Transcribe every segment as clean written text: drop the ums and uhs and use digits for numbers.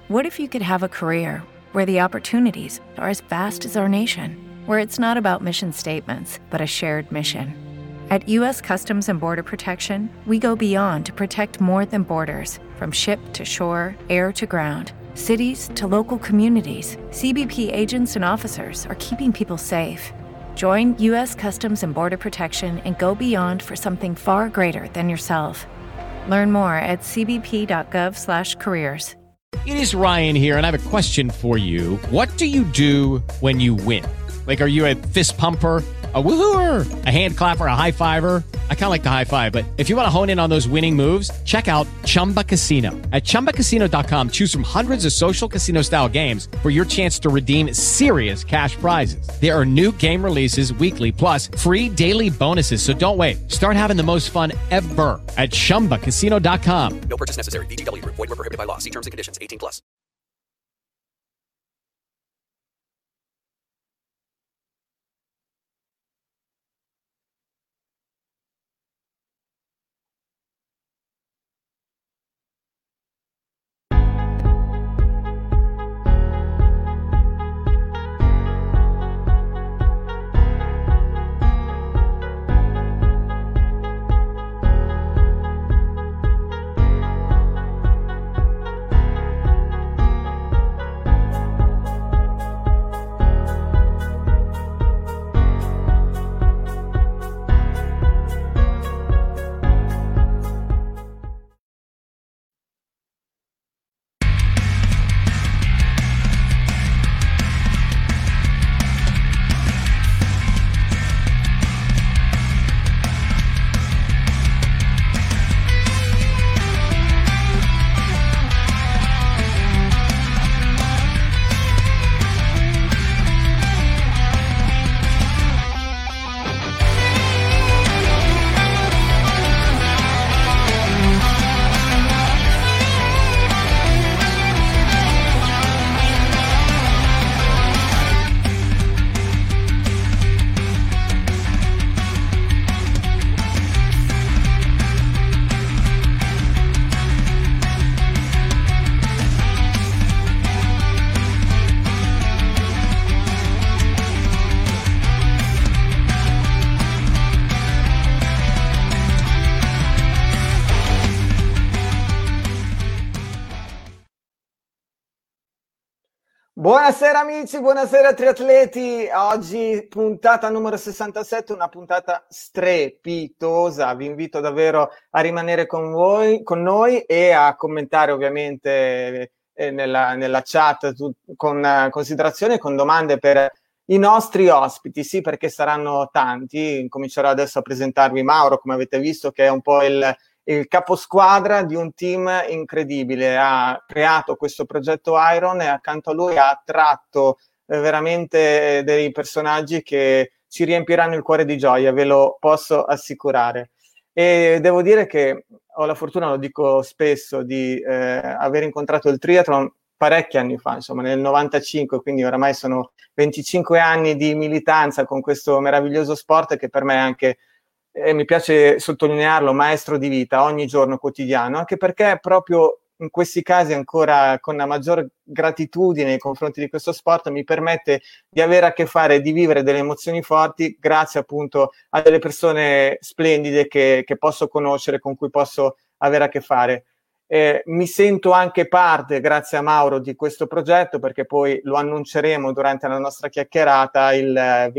What if you could have a career where the opportunities are as vast as our nation, where it's not about mission statements, but a shared mission? At U.S. Customs and Border Protection, we go beyond to protect more than borders. From ship to shore, air to ground, cities to local communities, CBP agents and officers are keeping people safe. Join U.S. Customs and Border Protection and go beyond for something far greater than yourself. Learn more at cbp.gov/careers. It is Ryan here, and I have a question for you. What do you do when you win? Like, are you a fist pumper, a woohooer, a hand clapper, a high fiver? I kind of like the high five, but if you want to hone in on those winning moves, check out Chumba Casino. At ChumbaCasino.com, choose from hundreds of social casino-style games for your chance to redeem serious cash prizes. There are new game releases weekly, plus free daily bonuses, so don't wait. Start having the most fun ever at ChumbaCasino.com. No purchase necessary. VGW. Void where prohibited by law. See terms and conditions. 18+. Buonasera amici, buonasera triatleti. Oggi puntata numero 67, una puntata strepitosa. Vi invito davvero a rimanere con noi e a commentare ovviamente nella chat con considerazioni e con domande per i nostri ospiti, sì, perché saranno tanti. Comincerò adesso a presentarvi Mauro, come avete visto, che è un po' il caposquadra di un team incredibile. Ha creato questo progetto Iron e accanto a lui ha attratto veramente dei personaggi che ci riempiranno il cuore di gioia, ve lo posso assicurare. E devo dire che ho la fortuna, lo dico spesso, di aver incontrato il triathlon parecchi anni fa, insomma nel 95, quindi oramai sono 25 anni di militanza con questo meraviglioso sport che per me è anche, mi piace sottolinearlo, maestro di vita, ogni giorno quotidiano, anche perché proprio in questi casi ancora con la maggior gratitudine nei confronti di questo sport mi permette di avere a che fare, di vivere delle emozioni forti grazie appunto a delle persone splendide che posso conoscere, con cui posso avere a che fare. Mi sento anche parte, grazie a Mauro, di questo progetto, perché poi lo annunceremo durante la nostra chiacchierata il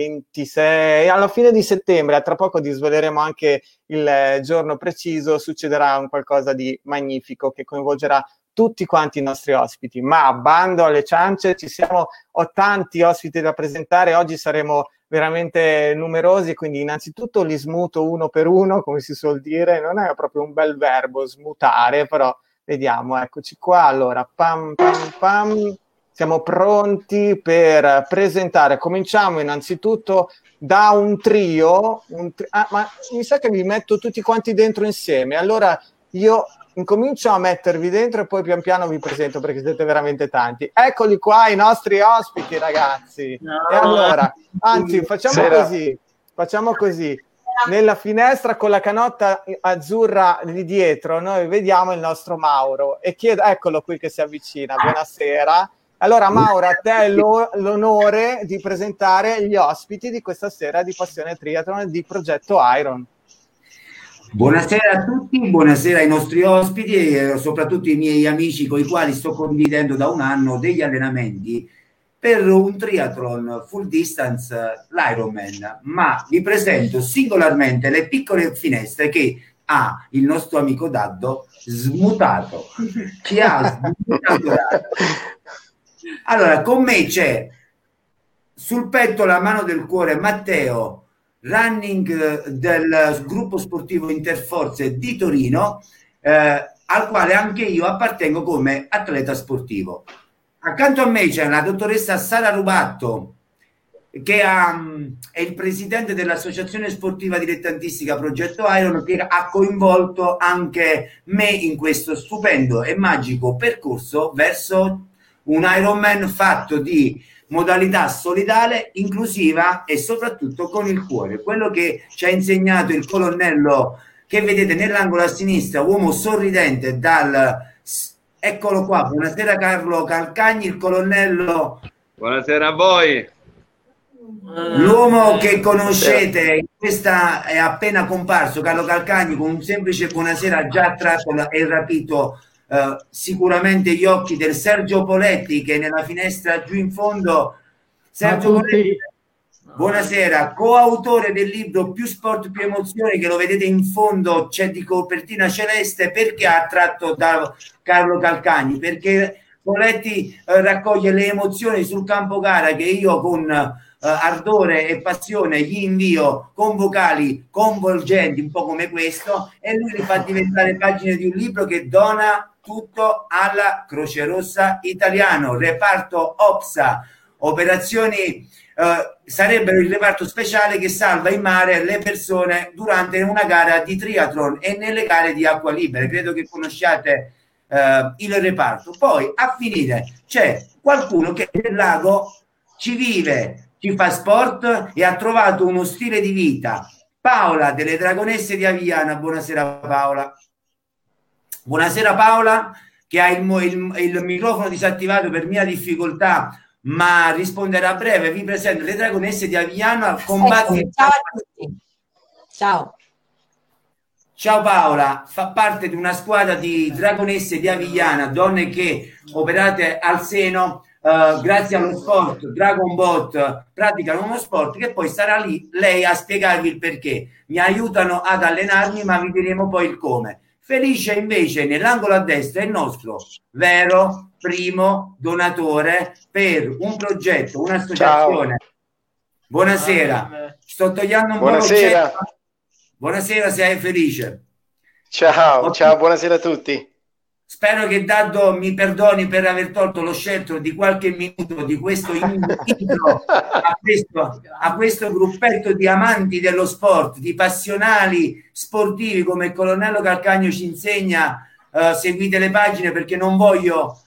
26, alla fine di settembre. Tra poco ti sveleremo anche il giorno preciso. Succederà un qualcosa di magnifico che coinvolgerà tutti quanti i nostri ospiti, ma bando alle ciance, ho tanti ospiti da presentare. Oggi saremo veramente numerosi, quindi innanzitutto li smuto uno per uno, come si suol dire. Non è proprio un bel verbo smutare, però vediamo, eccoci qua. Allora, pam pam pam, siamo pronti per presentare. Cominciamo innanzitutto da un trio, ma mi sa che vi metto tutti quanti dentro insieme. Allora io incomincio a mettervi dentro e poi pian piano vi presento, perché siete veramente tanti. Eccoli qua i nostri ospiti, ragazzi. No. E allora, anzi, facciamo così. nella finestra con la canotta azzurra lì dietro, noi vediamo il nostro Mauro e chiedo, eccolo qui che si avvicina, buonasera. Allora Mauro, a te l'onore di presentare gli ospiti di questa sera di Passione Triathlon di Progetto Iron. Buonasera a tutti, buonasera ai nostri ospiti e soprattutto ai miei amici con i quali sto condividendo da un anno degli allenamenti per un triathlon full distance, l'Ironman, ma vi presento singolarmente le piccole finestre che ha il nostro amico Daddo smutato, ci ha smutato. Allora, con me c'è sul petto la mano del cuore Matteo, running del gruppo sportivo Interforze di Torino, al quale anche io appartengo come atleta sportivo. Accanto a me c'è la dottoressa Sara Rubatto, che è il presidente dell'associazione sportiva dilettantistica Progetto Iron, che ha coinvolto anche me in questo stupendo e magico percorso verso un Ironman fatto di modalità solidale, inclusiva e soprattutto con il cuore. Quello che ci ha insegnato il colonnello che vedete nell'angolo a sinistra, uomo sorridente eccolo qua, buonasera Carlo Calcagni, il colonnello. Buonasera a voi. L'uomo che conoscete, questa è appena comparso, Carlo Calcagni, con un semplice buonasera ha già attratto e rapito sicuramente gli occhi del Sergio Poletti, che è nella finestra giù in fondo. Sergio Poletti, buonasera, coautore del libro Più Sport Più Emozioni, che lo vedete in fondo, c'è di copertina celeste. Perché ha attratto da Carlo Calcagni? Perché Poletti raccoglie le emozioni sul campo gara che io con ardore e passione gli invio con vocali coinvolgenti, un po' come questo, e lui li fa diventare pagine di un libro che dona tutto alla Croce Rossa Italiano, reparto OPSA, operazioni sarebbero il reparto speciale che salva in mare le persone durante una gara di triathlon e nelle gare di acqua libera. Credo che conosciate il reparto. Poi a finire c'è qualcuno che nel lago ci vive, ci fa sport e ha trovato uno stile di vita. Paola delle Dragonesse di Aviana, buonasera Paola. Buonasera Paola, che ha il microfono disattivato per mia difficoltà, ma risponderà a breve. Vi presento le Dragonesse di Aviano. Ciao a tutti. Ciao. Ciao Paola, fa parte di una squadra di Dragonesse di Avigliana, donne che operate al seno grazie allo sport Dragon Bot, praticano uno sport che poi sarà lì lei a spiegarvi il perché. Mi aiutano ad allenarmi, ma vi diremo poi il come. Felice invece nell'angolo a destra è il nostro vero primo donatore per un progetto, un'associazione. Ciao. Buonasera, sto togliendo un buonasera. Po'. Buonasera, sei felice. Ciao, ciao, buonasera a tutti. Spero che Daddo mi perdoni per aver tolto lo scelto di qualche minuto di questo intro a questo gruppetto di amanti dello sport, di passionali sportivi, come il colonnello Calcagno ci insegna. Seguite le pagine, perché non voglio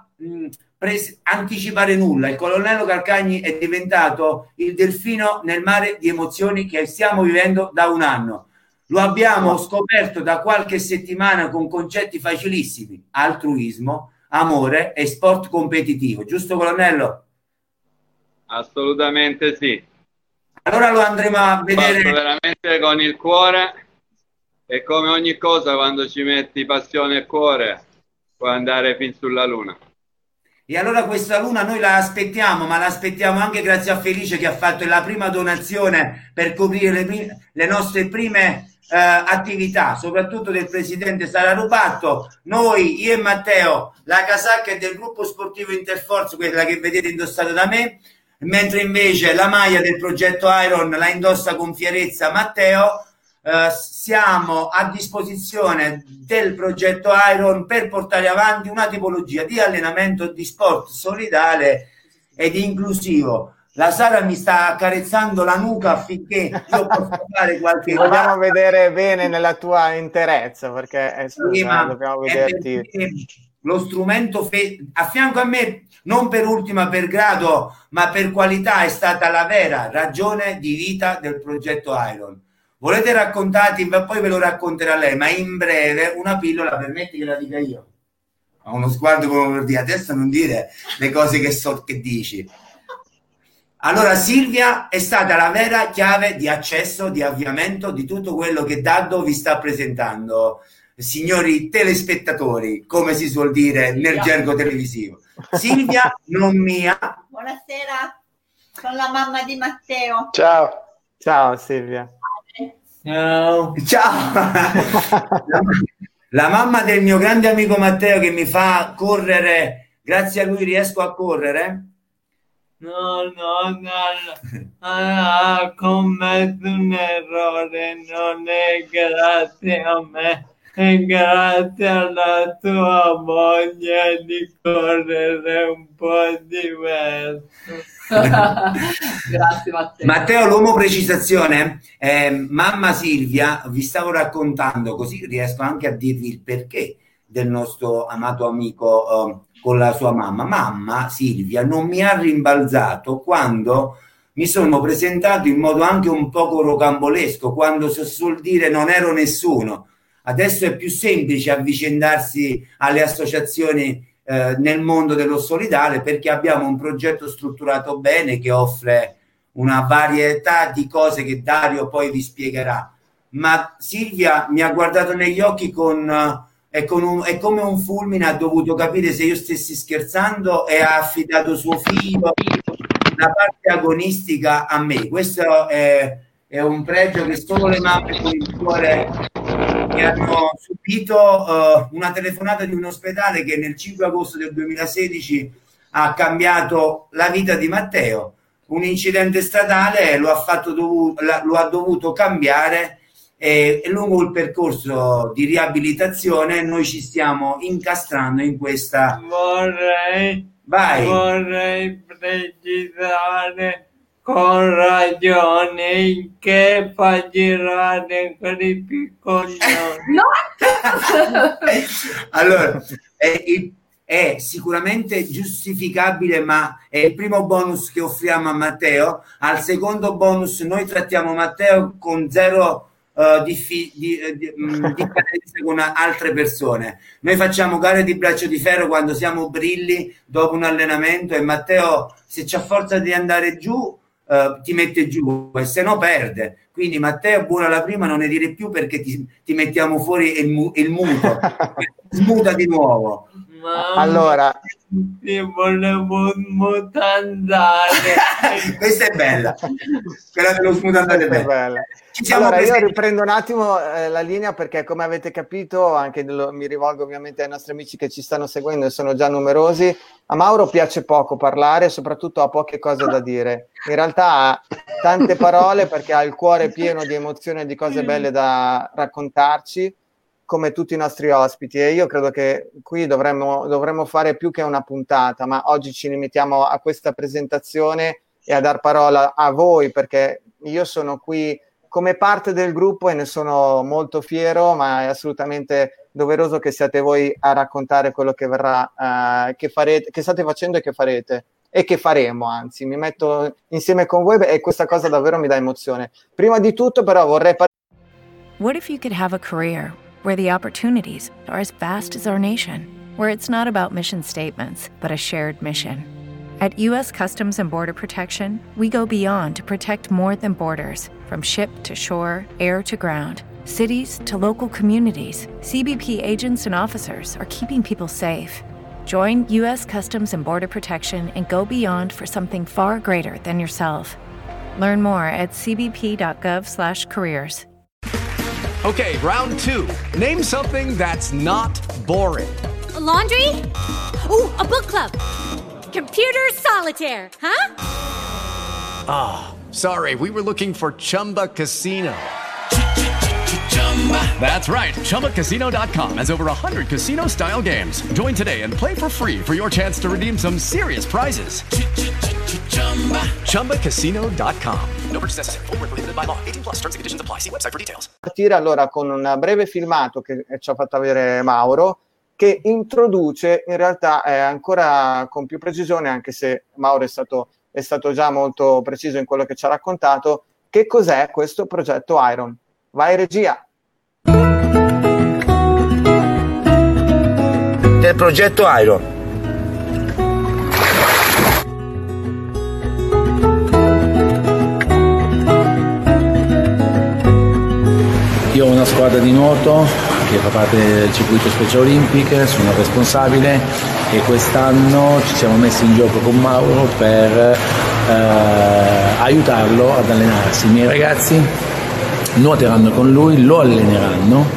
anticipare nulla. Il colonnello Calcagni è diventato il delfino nel mare di emozioni che stiamo vivendo da un anno. Lo abbiamo scoperto da qualche settimana con concetti facilissimi: altruismo, amore e sport competitivo. Giusto colonnello? Assolutamente sì. Allora lo andremo a vedere veramente con il cuore, e come ogni cosa, quando ci metti passione e cuore puoi andare fin sulla luna. E allora questa luna noi la aspettiamo, ma la aspettiamo anche grazie a Felice, che ha fatto la prima donazione per coprire le nostre prime attività, soprattutto del presidente Sara Rubatto. Noi, io e Matteo, la casacca è del gruppo sportivo Interforze, quella che vedete indossata da me, mentre invece la maglia del progetto Iron la indossa con fierezza Matteo. Siamo a disposizione del progetto Iron per portare avanti una tipologia di allenamento di sport solidale ed inclusivo. La Sara mi sta accarezzando la nuca affinché io possa fare qualche... Vogliamo vedere bene nella tua interezza, perché dobbiamo vederti. Lo strumento a fianco a me, non per ultima per grado, ma per qualità, è stata la vera ragione di vita del progetto Iron. Volete raccontarti, poi ve lo racconterà lei, ma in breve una pillola, permetti che la dica io. Ho uno sguardo come per dire, adesso non dire le cose che dici. Allora, Silvia è stata la vera chiave di accesso, di avviamento di tutto quello che Daddo vi sta presentando, signori telespettatori, come si suol dire nel gergo televisivo. Silvia, non mia. Buonasera, sono la mamma di Matteo. Ciao. Ciao Silvia. Ciao. La mamma del mio grande amico Matteo che mi fa correre, grazie a lui riesco a correre. No, ha commesso un errore, non è grazie a me, è grazie alla tua voglia di correre un po' diverso. Grazie Matteo. Matteo, l'uomo precisazione, mamma Silvia, vi stavo raccontando, così riesco anche a dirvi il perché del nostro amato amico con la sua mamma. Mamma Silvia non mi ha rimbalzato quando mi sono presentato in modo anche un poco rocambolesco, quando si suol dire non ero nessuno. Adesso è più semplice avvicendarsi alle associazioni nel mondo dello solidale, perché abbiamo un progetto strutturato bene che offre una varietà di cose che Dario poi vi spiegherà. Ma Silvia mi ha guardato negli occhi è come un fulmine, ha dovuto capire se io stessi scherzando e ha affidato suo figlio, la parte agonistica, a me. Questo è un pregio che solo le mamme con il cuore che hanno subito una telefonata di un ospedale che nel 5 agosto del 2016 ha cambiato la vita di Matteo. Un incidente stradale lo ha dovuto cambiare, e lungo il percorso di riabilitazione noi ci stiamo incastrando in questa... Vorrei precisare con ragione che fa girare quei piccoli. Allora, è sicuramente giustificabile, ma è il primo bonus che offriamo a Matteo. Al secondo bonus noi trattiamo Matteo con zero differenze con altre persone. Noi facciamo gare di braccio di ferro quando siamo brilli dopo un allenamento, e Matteo, se c'ha forza di andare giù, ti mette giù, e se no perde. Quindi Matteo, buona la prima, non ne dire più, perché ti mettiamo fuori il muto. Smuta di nuovo. Allora, ti volevo smutandare. Questa è bella, quella dello smutandare è bella. Allora io riprendo un attimo la linea, perché come avete capito, anche mi rivolgo ovviamente ai nostri amici che ci stanno seguendo e sono già numerosi. A Mauro piace poco parlare, soprattutto ha poche cose da dire. In realtà ha tante parole, perché ha il cuore pieno di emozioni e di cose belle da raccontarci, come tutti i nostri ospiti, e io credo che qui dovremmo fare più che una puntata, ma oggi ci limitiamo a questa presentazione e a dar parola a voi, perché io sono qui come parte del gruppo e ne sono molto fiero, ma è assolutamente doveroso che siate voi a raccontare quello che verrà, che state facendo e che farete, e che faremo, anzi, mi metto insieme con voi e questa cosa davvero mi dà emozione. Prima di tutto però vorrei What if you could have a career where the opportunities are as vast as our nation, where it's not about mission statements, but a shared mission? At U.S. Customs and Border Protection, we go beyond to protect more than borders. From ship to shore, air to ground, cities to local communities, CBP agents and officers are keeping people safe. Join U.S. Customs and Border Protection and go beyond for something far greater than yourself. Learn more at cbp.gov/careers. Okay, round two. Name something that's not boring. A laundry? Ooh, a book club. Computer solitaire, huh? Ah, sorry, we were looking for Chumba Casino. That's right, ChumbaCasino.com has over 100 casino-style games. Join today and play for free for your chance to redeem some serious prizes. ChumbaCasino.com. No purchase necessary. Void where prohibited by law. 18 plus. Terms and conditions apply. See website for details. Partire allora con un breve filmato che ci ha fatto avere Mauro, che introduce in realtà ancora con più precisione, anche se Mauro è stato già molto preciso in quello che ci ha raccontato, che cos'è questo progetto Iron. Vai regia. Del progetto Iron. Io ho una squadra di nuoto che fa parte del circuito Special Olympic, sono responsabile e quest'anno ci siamo messi in gioco con Mauro per aiutarlo ad allenarsi. I miei ragazzi nuoteranno con lui, lo alleneranno.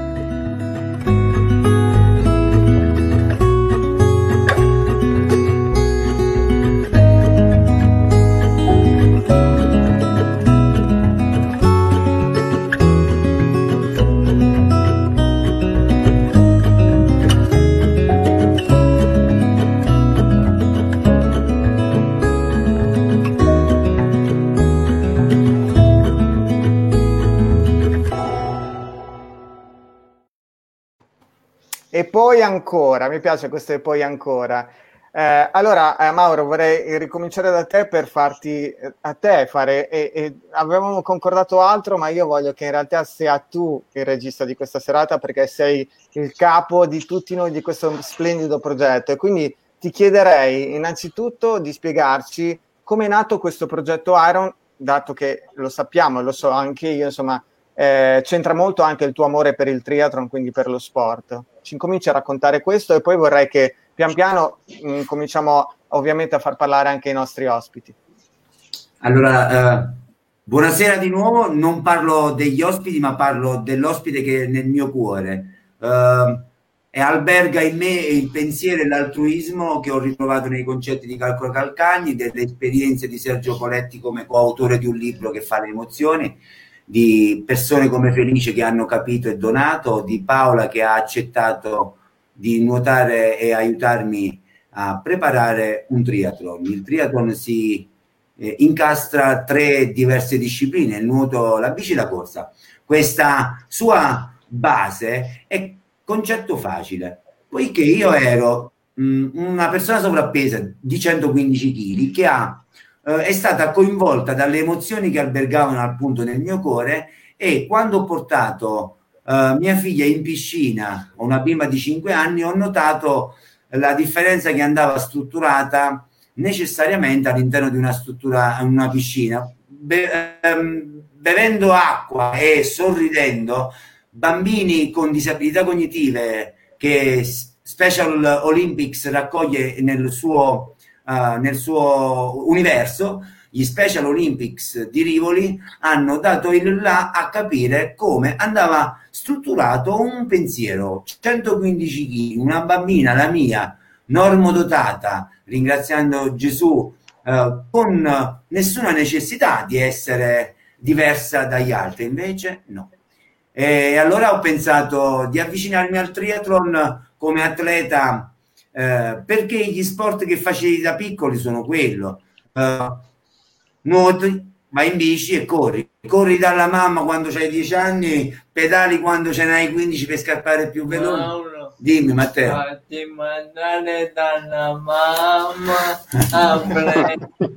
E poi ancora, mi piace questo e poi ancora. Allora, Mauro, vorrei ricominciare da te per farti a te fare, avevamo concordato altro, ma io voglio che in realtà sia tu il regista di questa serata, perché sei il capo di tutti noi di questo splendido progetto, e quindi ti chiederei innanzitutto di spiegarci come è nato questo progetto Iron, dato che lo sappiamo, lo so anche io, insomma, c'entra molto anche il tuo amore per il triathlon, quindi per lo sport. Ci incominci a raccontare questo e poi vorrei che pian piano cominciamo ovviamente a far parlare anche i nostri ospiti. Allora, buonasera di nuovo, non parlo degli ospiti ma parlo dell'ospite che è nel mio cuore. E alberga in me il pensiero e l'altruismo che ho ritrovato nei concetti di Carlo Calcagni, delle esperienze di Sergio Poletti come coautore di un libro che fa le emozioni, di persone come Felice che hanno capito e donato, di Paola che ha accettato di nuotare e aiutarmi a preparare un triathlon. Il triathlon si incastra 3 diverse discipline, il nuoto, la bici e la corsa. Questa sua base è concetto facile, poiché io ero una persona sovrappesa di 115 kg che è stata coinvolta dalle emozioni che albergavano appunto nel mio cuore, e quando ho portato mia figlia in piscina, una bimba di 5 anni, ho notato la differenza che andava strutturata necessariamente all'interno di una struttura, una piscina. Bevendo acqua e sorridendo, bambini con disabilità cognitive che Special Olympics raccoglie nel suo universo, gli Special Olympics di Rivoli hanno dato il là a capire come andava strutturato un pensiero. 115 kg, una bambina, la mia, normodotata, ringraziando Gesù, con nessuna necessità di essere diversa dagli altri, invece no. E allora ho pensato di avvicinarmi al triathlon come atleta, perché gli sport che facevi da piccoli sono quello: nuoti, vai in bici e corri dalla mamma quando c'hai 10 anni, pedali quando ce n'hai 15 per scappare più veloce. Mauro, Dimmi Matteo. fatti mandare dalla mamma a prendere.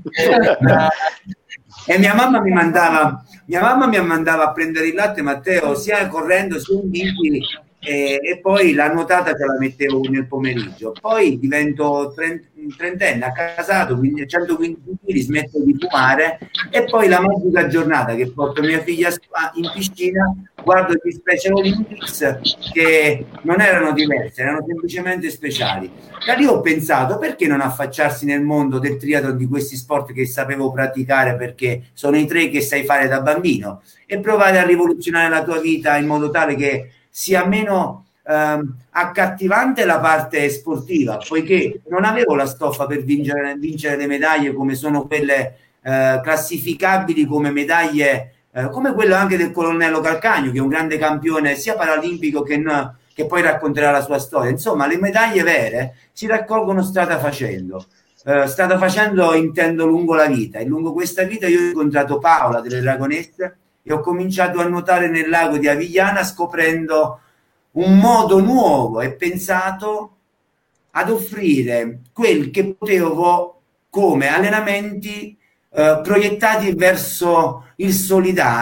E mia mamma mi mandava a prendere il latte, Matteo, sia correndo sia in bici, e poi la nuotata ce la mettevo nel pomeriggio. Poi divento trentenne, accasato, quindi 115 kg, smetto di fumare, e poi la magica giornata che porto mia figlia in piscina, guardo gli Special Olympics che non erano diversi, erano semplicemente speciali. Da lì ho pensato, perché non affacciarsi nel mondo del triathlon, di questi sport che sapevo praticare perché sono i 3 che sai fare da bambino, e provare a rivoluzionare la tua vita in modo tale che sia meno accattivante la parte sportiva, poiché non avevo la stoffa per vincere le medaglie come sono quelle classificabili come medaglie, come quello anche del colonnello Calcagno, che è un grande campione sia paralimpico che poi racconterà la sua storia. Insomma, le medaglie vere si raccolgono strada facendo. Strada facendo intendo lungo la vita, e lungo questa vita io ho incontrato Paola delle Dragonesse e ho cominciato a nuotare nel lago di Avigliana, scoprendo un modo nuovo e pensato ad offrire quel che potevo come allenamenti proiettati verso il solidale,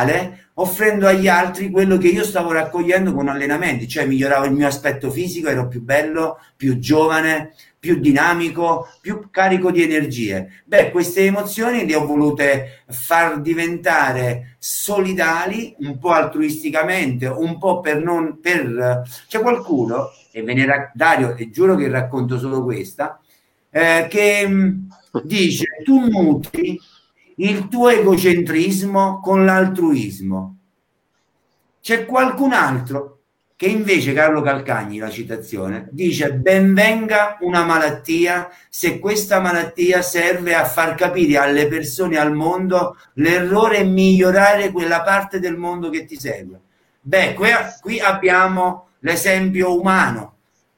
offrendo agli altri quello che io stavo raccogliendo con allenamenti, cioè miglioravo il mio aspetto fisico, ero più bello, più giovane, più dinamico, più carico di energie. Beh, queste emozioni le ho volute far diventare solidali, un po' altruisticamente, un po' c'è qualcuno, e Dario, e giuro che racconto solo questa, che dice: tu nutri il tuo egocentrismo con l'altruismo. C'è qualcun altro che invece, Carlo Calcagni, la citazione, dice: ben venga una malattia se questa malattia serve a far capire alle persone, al mondo, l'errore e migliorare quella parte del mondo che ti segue. Beh, qui abbiamo l'esempio umano,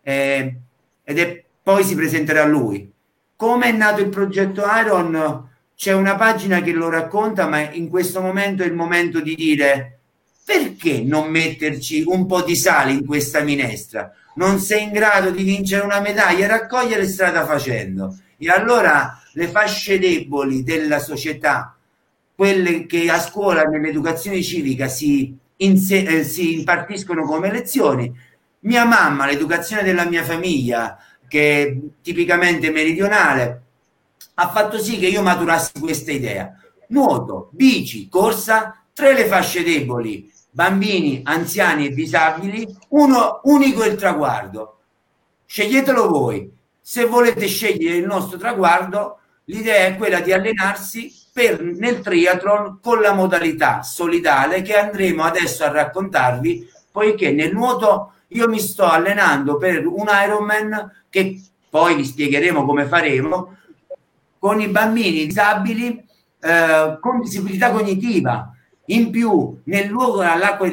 poi si presenterà lui. Come è nato il progetto Iron? C'è una pagina che lo racconta, ma in questo momento è il momento di dire: perché non metterci un po' di sale in questa minestra? Non sei in grado di vincere una medaglia? Raccogliere strada facendo. E allora le fasce deboli della società, quelle che a scuola nell'educazione civica si impartiscono come lezioni, mia mamma, l'educazione della mia famiglia, che è tipicamente meridionale, ha fatto sì che io maturassi questa idea. Nuoto, bici, corsa, 3 le fasce deboli, bambini, anziani e disabili, unico il traguardo. Sceglietelo voi. Se volete scegliere il nostro traguardo, l'idea è quella di allenarsi nel triathlon con la modalità solidale che andremo adesso a raccontarvi, poiché nel nuoto io mi sto allenando per un Ironman che poi vi spiegheremo come faremo, con i bambini disabili con disabilità cognitiva. In più, nel luogo nelle acque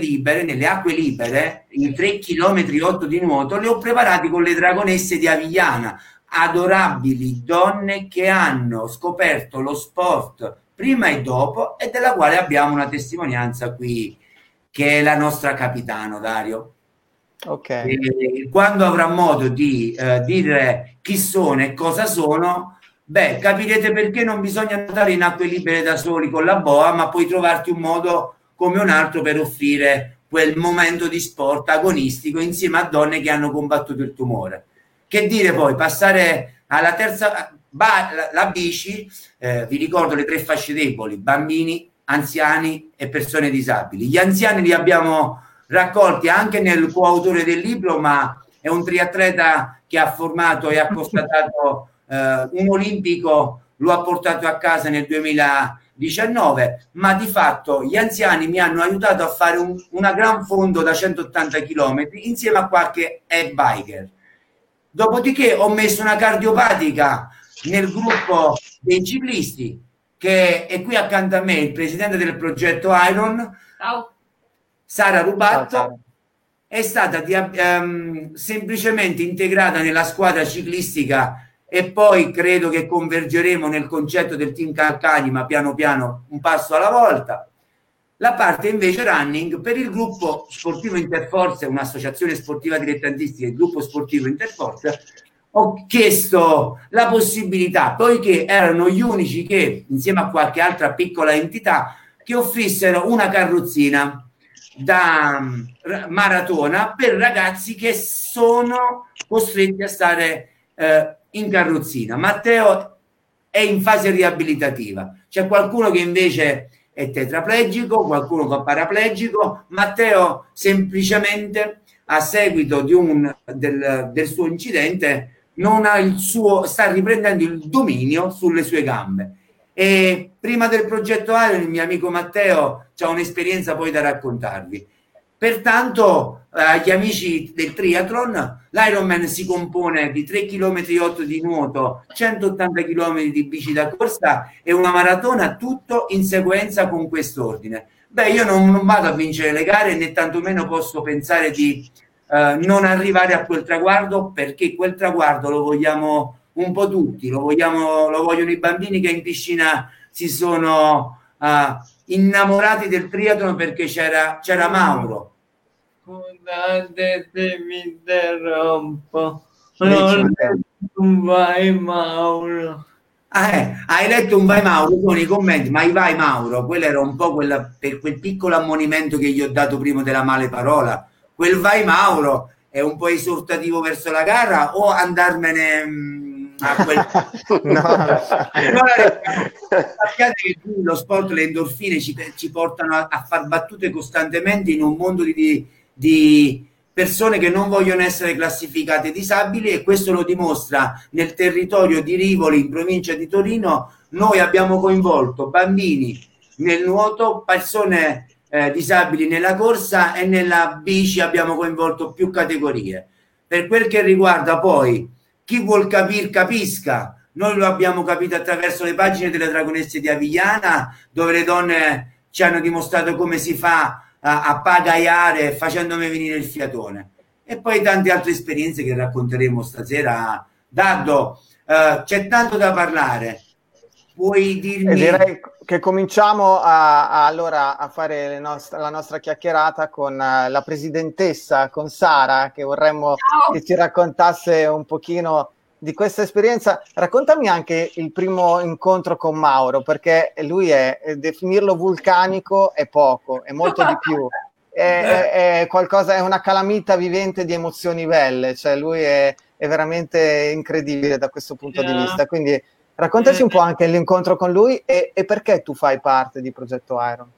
libere, i 3 km 8 di nuoto li ho preparati con le dragonesse di Avigliana, adorabili donne che hanno scoperto lo sport prima e dopo, e della quale abbiamo una testimonianza qui, che è la nostra capitano, Dario. Ok. Quando avrà modo di dire chi sono e cosa sono, beh, capirete perché non bisogna andare in acque libere da soli con la boa, ma puoi trovarti un modo come un altro per offrire quel momento di sport agonistico insieme a donne che hanno combattuto il tumore. Che dire poi? Passare alla terza, la bici, vi ricordo le 3 fasce deboli: bambini, anziani e persone disabili. Gli anziani li abbiamo raccolti anche nel coautore del libro, ma è un triatleta che ha formato e ha constatato un olimpico, lo ha portato a casa nel 2019, ma di fatto gli anziani mi hanno aiutato a fare una gran fondo da 180 km insieme a qualche biker. Dopodiché ho messo una cardiopatica nel gruppo dei ciclisti, che è qui accanto a me il presidente del progetto Iron. Ciao. Sara Rubatto. È stata semplicemente integrata nella squadra ciclistica, e poi credo che convergeremo nel concetto del team Calcagni, ma piano piano, un passo alla volta. La parte invece running per il gruppo sportivo Interforze, un'associazione sportiva dilettantistica, il gruppo sportivo Interforze. Ho chiesto la possibilità, poiché erano gli unici che, insieme a qualche altra piccola entità, che offrissero una carrozzina da maratona per ragazzi che sono costretti a stare in carrozzina. Matteo è in fase riabilitativa, c'è qualcuno che invece è tetraplegico, qualcuno che è paraplegico. Matteo semplicemente, a seguito del suo incidente, non ha sta riprendendo il dominio sulle sue gambe. E prima del progetto Iron, il mio amico Matteo ha un'esperienza poi da raccontarvi. Pertanto, agli amici del triathlon, l'Ironman si compone di 3 km 8 di nuoto, 180 km di bici da corsa e una maratona, tutto in sequenza con quest'ordine. Beh, io non vado a vincere le gare, né tantomeno posso pensare di non arrivare a quel traguardo, perché quel traguardo lo vogliamo un po' tutti, lo vogliono i bambini che in piscina si sono innamorati del triathlon perché c'era Mauro. Scusate se mi interrompo. Non vai Mauro. Hai letto un vai Mauro, sono i commenti, ma i vai Mauro, quello era un po' per quel piccolo ammonimento che gli ho dato prima della male parola, quel vai Mauro è un po' esortativo verso la gara o andarmene a quel... No. Sappiate che lo sport, le endorfine ci portano a far battute costantemente in un mondo di persone che non vogliono essere classificate disabili, e questo lo dimostra nel territorio di Rivoli, in provincia di Torino. Noi abbiamo coinvolto bambini nel nuoto, persone disabili nella corsa, e nella bici abbiamo coinvolto più categorie. Per quel che riguarda poi chi vuol capire capisca, noi lo abbiamo capito attraverso le pagine delle Dragonesse di Avigliana, dove le donne ci hanno dimostrato come si fa a pagaiare facendomi venire il fiatone, e poi tante altre esperienze che racconteremo stasera. Dardo, c'è tanto da parlare, puoi dirmi? E direi che cominciamo allora a fare la nostra chiacchierata con la presidentessa, con Sara, che vorremmo che ci raccontasse un pochino di questa esperienza. Raccontami anche il primo incontro con Mauro, perché lui definirlo vulcanico è poco, è molto di più. È qualcosa, è una calamita vivente di emozioni belle, cioè lui è veramente incredibile da questo punto di vista. Quindi raccontaci un po' anche l'incontro con lui e perché tu fai parte di Progetto Iron.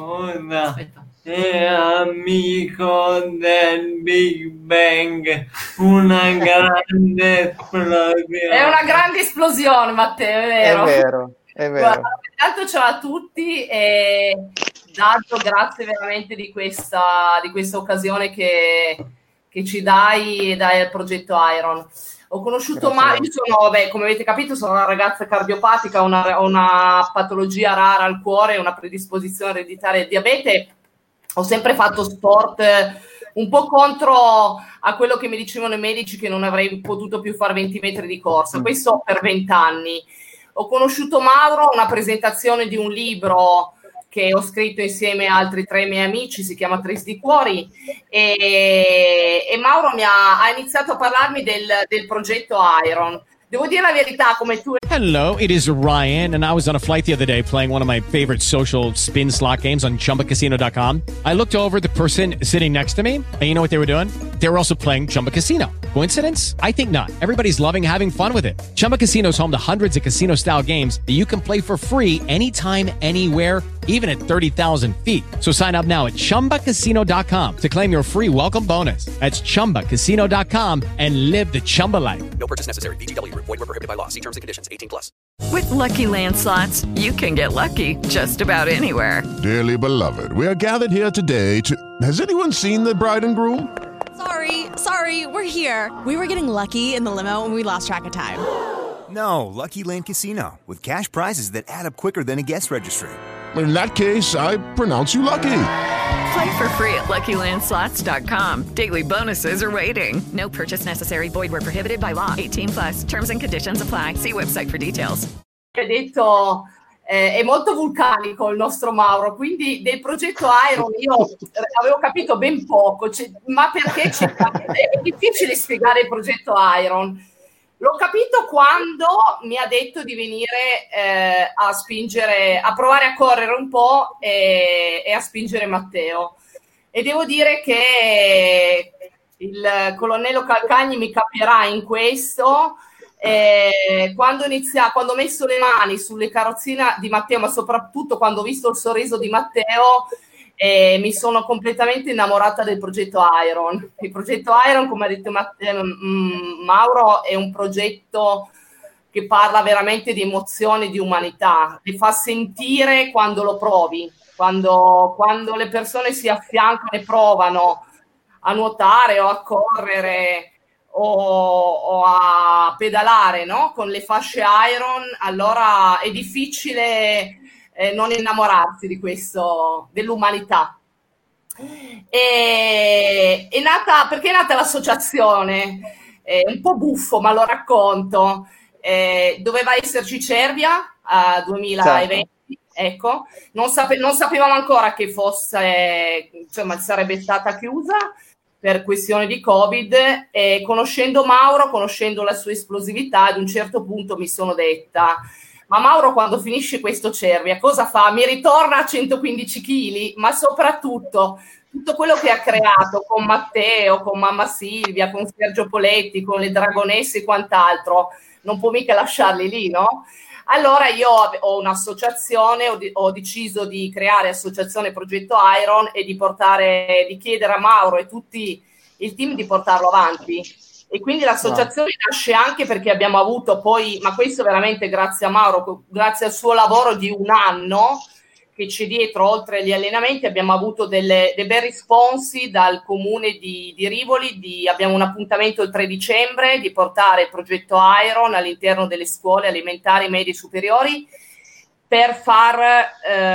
È amico del Big Bang, una grande esplosione. È una grande esplosione, Matteo, è vero. È vero. Guarda, intanto ciao a tutti e Dato, grazie veramente di questa occasione che ci dai al Progetto Iron. Ho conosciuto Mario, come avete capito, sono una ragazza cardiopatica, ho una patologia rara al cuore, una predisposizione ereditaria al diabete. Ho sempre fatto sport un po' contro a quello che mi dicevano i medici, che non avrei potuto più fare 20 metri di corsa. Questo per 20 anni. Ho conosciuto Mauro a una presentazione di un libro che ho scritto insieme a altri 3 miei amici, si chiama Tris di Cuori, e Mauro ha iniziato a parlarmi del progetto Iron. Devo dire la verità, come tu... Hello, it is Ryan, and I was on a flight the other day playing one of my favorite social spin slot games on ChumbaCasino.com. I looked over at the person sitting next to me, and you know what they were doing? They were also playing Chumba Casino. Coincidence? I think not. Everybody's loving having fun with it. Chumba Casino is home to hundreds of casino-style games that you can play for free anytime, anywhere, even at 30,000 feet. So sign up now at ChumbaCasino.com to claim your free welcome bonus. That's ChumbaCasino.com and live the Chumba life. No purchase necessary. VGW. Void where prohibited by law. See terms and conditions. 18+. With Lucky Land Slots, you can get lucky just about anywhere. Dearly beloved, we are gathered here today to... Has anyone seen the bride and groom? Sorry, we're here. We were getting lucky in the limo and we lost track of time. No, Lucky Land Casino, with cash prizes that add up quicker than a guest registry. In that case, I pronounce you lucky. Play for free at LuckyLandSlots.com. Daily bonuses are waiting. No purchase necessary. Void where prohibited by law. 18+. Terms and conditions apply. See website for details. Ho detto, è molto vulcanico il nostro Mauro, quindi del progetto Iron io avevo capito ben poco, ma perché è difficile spiegare il progetto Iron. L'ho capito quando mi ha detto di venire a spingere, a provare a correre un po' e a spingere Matteo. E devo dire che il colonnello Calcagni mi capirà in questo. Quando ho messo le mani sulle carrozzine di Matteo, ma soprattutto quando ho visto il sorriso di Matteo, mi sono completamente innamorata del progetto Iron. Il progetto Iron, come ha detto Mauro, è un progetto che parla veramente di emozioni, di umanità, ti fa sentire quando lo provi, quando le persone si affiancano e provano a nuotare o a correre o a pedalare, no? Con le fasce Iron, allora è difficile non innamorarsi di questo, dell'umanità. Perché è nata l'associazione? Un po' buffo, ma lo racconto. Doveva esserci Cervia a 2020, ecco, non sapevamo ancora che fosse, insomma, sarebbe stata chiusa. per questione di Covid, e conoscendo Mauro, conoscendo la sua esplosività, ad un certo punto mi sono detta: ma Mauro quando finisce questo Cervia cosa fa? Mi ritorna a 115 kg? Ma soprattutto tutto quello che ha creato con Matteo, con mamma Silvia, con Sergio Poletti, con le Dragonesse e quant'altro, non può mica lasciarli lì, no? Allora io ho un'associazione, ho deciso di creare Associazione Progetto Iron e di chiedere a Mauro e tutti il team di portarlo avanti. E quindi l'associazione nasce anche perché abbiamo avuto poi, ma questo veramente grazie a Mauro, grazie al suo lavoro di un anno che c'è dietro, oltre agli allenamenti, abbiamo avuto dei bei risponsi dal comune di Rivoli. Abbiamo un appuntamento il 3 dicembre di portare il progetto Iron all'interno delle scuole elementari, medie e superiori per far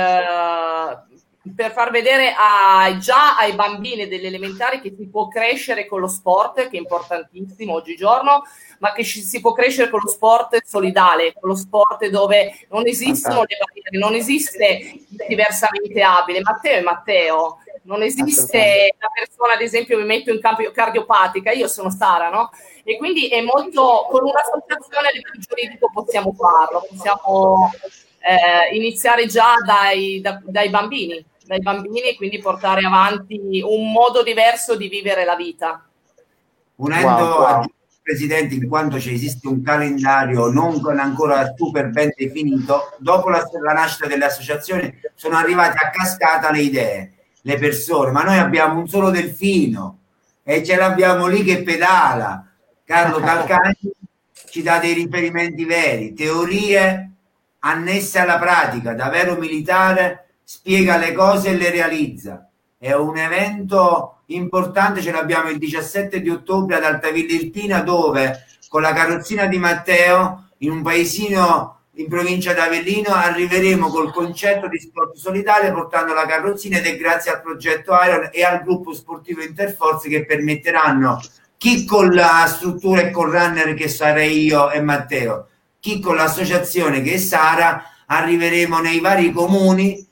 vedere già ai bambini delle elementari che si può crescere con lo sport, che è importantissimo oggigiorno, ma che si può crescere con lo sport solidale, con lo sport dove non esistono le barriere, non esiste diversamente abile. Matteo è Matteo, non esiste la persona, ad esempio, mi metto in campo cardiopatica, io sono Sara, no? E quindi è molto, con un'associazione a livello giuridico possiamo farlo, possiamo iniziare già dai bambini e quindi portare avanti un modo diverso di vivere la vita. Unendo Presidente, in quanto esiste un calendario non ancora super ben definito, dopo la nascita delle associazioni sono arrivate a cascata le idee, le persone, ma noi abbiamo un solo Delfino e ce l'abbiamo lì che pedala. Carlo Calcagni ci dà dei riferimenti veri, teorie annesse alla pratica, da vero militare spiega le cose e le realizza. È un evento importante, ce l'abbiamo il 17 di ottobre ad Altavilla Irpina, dove con la carrozzina di Matteo, in un paesino in provincia d'Avellino, arriveremo col concetto di sport solidale portando la carrozzina, ed è grazie al progetto Iron e al gruppo sportivo Interforze che permetteranno, chi con la struttura e col runner che sarei io e Matteo, chi con l'associazione che è Sara, arriveremo nei vari comuni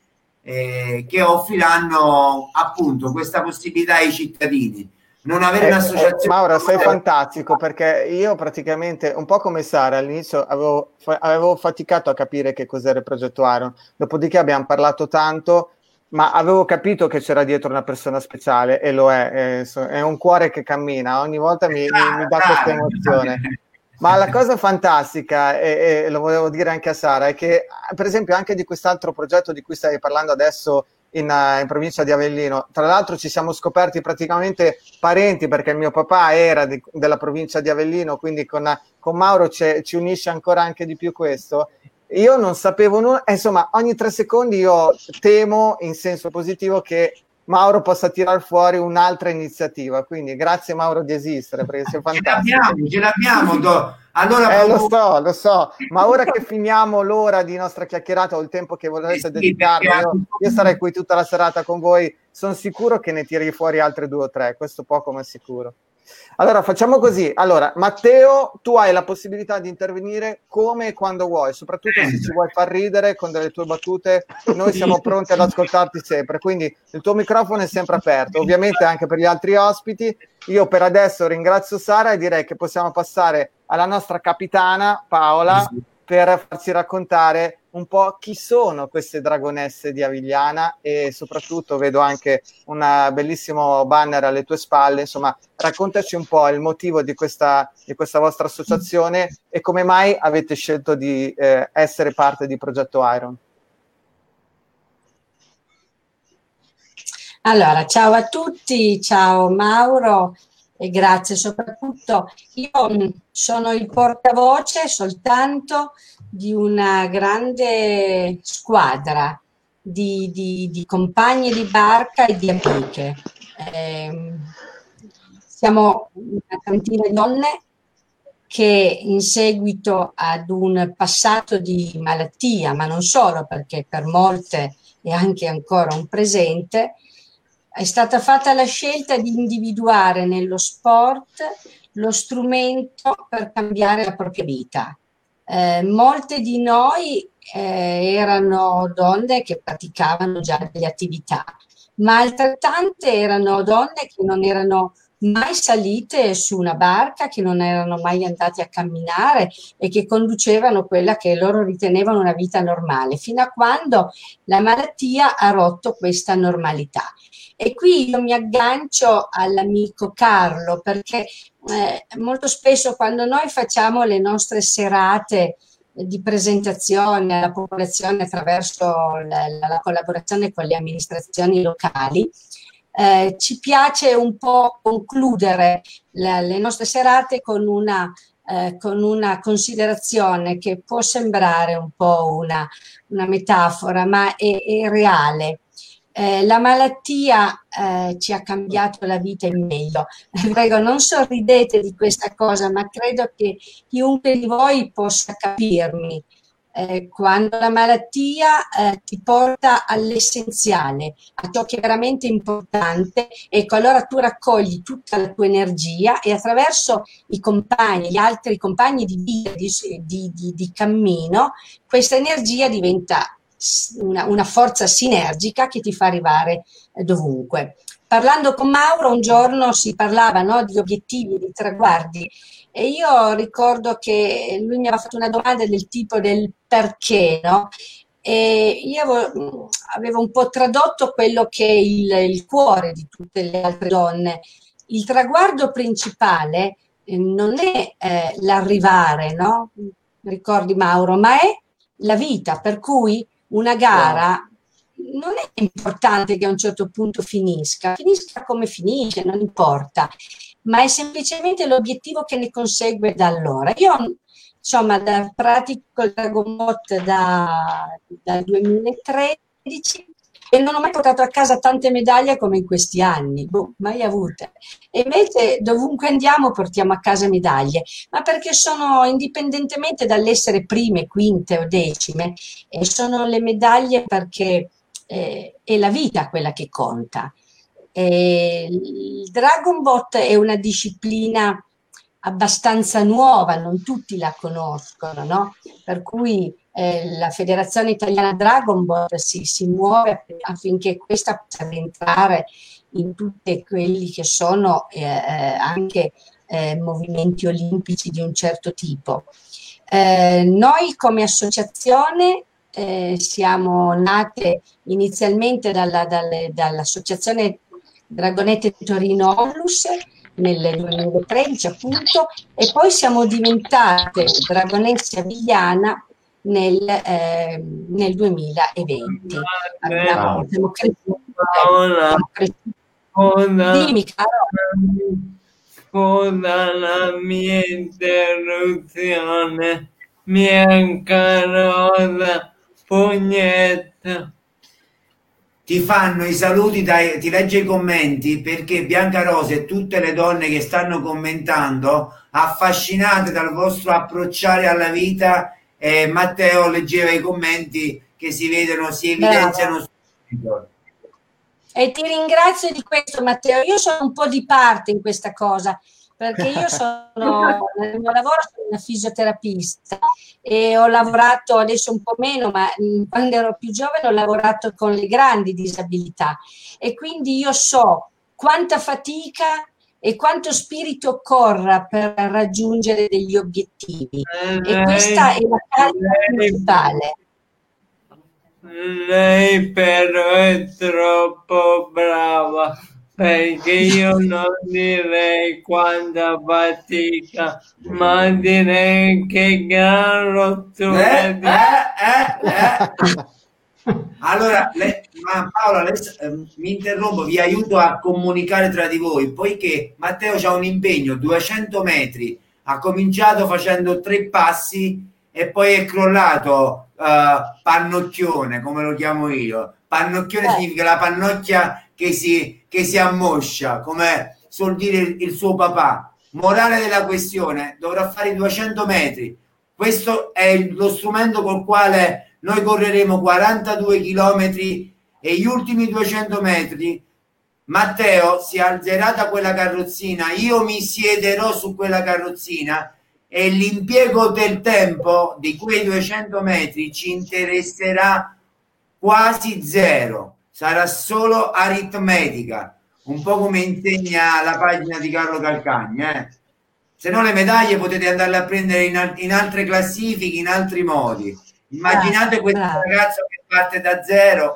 che offriranno appunto questa possibilità ai cittadini. Non avere un'associazione. Mauro, sei fantastico, perché io praticamente, un po' come Sara, all'inizio avevo faticato a capire che cos'era il progetto Iron, dopodiché abbiamo parlato tanto, ma avevo capito che c'era dietro una persona speciale, e lo è un cuore che cammina, ogni volta mi dà questa emozione. Ma la cosa fantastica, e lo volevo dire anche a Sara, è che per esempio anche di quest'altro progetto di cui stai parlando adesso in provincia di Avellino, tra l'altro ci siamo scoperti praticamente parenti, perché il mio papà era della provincia di Avellino, quindi con Mauro ci unisce ancora anche di più questo. Io non sapevo nulla, insomma ogni 3 secondi io temo in senso positivo che Mauro possa tirar fuori un'altra iniziativa, quindi grazie Mauro di esistere, perché sei fantastico. Ce l'abbiamo. Allora, lo so, ma ora che finiamo l'ora di nostra chiacchierata o il tempo che volete dedicarmi, io sarei qui tutta la serata con voi, sono sicuro che ne tiri fuori altre 2 o 3, questo poco ma sicuro. Allora facciamo così, allora Matteo, tu hai la possibilità di intervenire come e quando vuoi, soprattutto se ci vuoi far ridere con delle tue battute, noi siamo pronti ad ascoltarti sempre, quindi il tuo microfono è sempre aperto, ovviamente anche per gli altri ospiti. Io per adesso ringrazio Sara e direi che possiamo passare alla nostra capitana Paola per farci raccontare un po' chi sono queste Dragonesse di Avigliana, e soprattutto vedo anche un bellissimo banner alle tue spalle, insomma raccontaci un po' il motivo di questa vostra associazione e come mai avete scelto di essere parte di Progetto Iron. Allora, ciao a tutti, ciao Mauro e grazie soprattutto. Io sono il portavoce soltanto di una grande squadra di compagne di barca e di amiche. Siamo una trentina di donne che in seguito ad un passato di malattia, ma non solo, perché per molte è anche ancora un presente, è stata fatta la scelta di individuare nello sport lo strumento per cambiare la propria vita. Molte di noi erano donne che praticavano già delle attività, ma altrettante erano donne che non erano mai salite su una barca, che non erano mai andate a camminare e che conducevano quella che loro ritenevano una vita normale, fino a quando la malattia ha rotto questa normalità. E qui io mi aggancio all'amico Carlo, perché molto spesso quando noi facciamo le nostre serate di presentazione alla popolazione attraverso la collaborazione con le amministrazioni locali, ci piace un po' concludere le nostre serate con una considerazione che può sembrare un po' una metafora, ma è reale. La malattia ci ha cambiato la vita in meglio. Prego, non sorridete di questa cosa, ma credo che chiunque di voi possa capirmi. Quando la malattia ti porta all'essenziale, a ciò che è veramente importante, ecco, allora tu raccogli tutta la tua energia e attraverso i compagni, gli altri compagni di vita, di cammino, questa energia diventa una forza sinergica che ti fa arrivare dovunque. Parlando con Mauro un giorno si parlava, no, di obiettivi, di traguardi, e io ricordo che lui mi aveva fatto una domanda del tipo del perché, no? E io avevo un po' tradotto quello che è il cuore di tutte le altre donne. Il traguardo principale non è l'arrivare, no? Ricordi Mauro, ma è la vita, per cui una gara non è importante che a un certo punto finisca come finisce, non importa, ma è semplicemente l'obiettivo che ne consegue da allora. Io, insomma, pratico il Dragon Boat dal 2013 e non ho mai portato a casa tante medaglie come in questi anni, mai avute. E invece dovunque andiamo portiamo a casa medaglie, ma perché sono, indipendentemente dall'essere prime, quinte o decime, sono le medaglie perché è la vita quella che conta. Il Dragon Boat è una disciplina abbastanza nuova, non tutti la conoscono, no? Per cui la Federazione Italiana Dragon Boat si muove affinché questa possa entrare in tutti quelli che sono anche movimenti olimpici di un certo tipo. Noi come associazione siamo nate inizialmente dall'associazione Dragonette Torino Onlus nel 2013 appunto, e poi siamo diventate Dragonesse Avigliana nel 2020. Siamo cresciuti. Dimmi, caro. Scusa la mia interruzione, mia Rosa Pugnetta. Ti fanno i saluti, ti legge i commenti, perché Bianca Rosa e tutte le donne che stanno commentando, affascinate dal vostro approcciare alla vita, Matteo leggeva i commenti che si vedono, si evidenziano subito. E ti ringrazio di questo, Matteo. Io sono un po' di parte in questa cosa, perché io nel mio lavoro sono una fisioterapista e ho lavorato adesso un po' meno, ma quando ero più giovane ho lavorato con le grandi disabilità e quindi io so quanta fatica e quanto spirito corra per raggiungere degli obiettivi e questa è la causa principale. Lei però è troppo brava, perché io non direi quanta fatica, ma direi che gran rottura di... Allora, ma Paola, mi interrompo, vi aiuto a comunicare tra di voi, poiché Matteo ha un impegno, 200 metri, ha cominciato facendo 3 passi e poi è crollato, pannocchione, come lo chiamo io. Pannocchione significa la pannocchia che si ammoscia, come suol dire il suo papà. Morale della questione, dovrà fare i 200 metri. Questo è lo strumento col quale noi correremo 42 chilometri e gli ultimi 200 metri Matteo si alzerà da quella carrozzina, io mi siederò su quella carrozzina e l'impiego del tempo di quei 200 metri ci interesserà quasi zero. sarà solo aritmetica, un po' come insegna la pagina di Carlo Calcagni, Se no le medaglie potete andarle a prendere in altre classifiche, in altri modi. Immaginate questo ragazzo che parte da zero.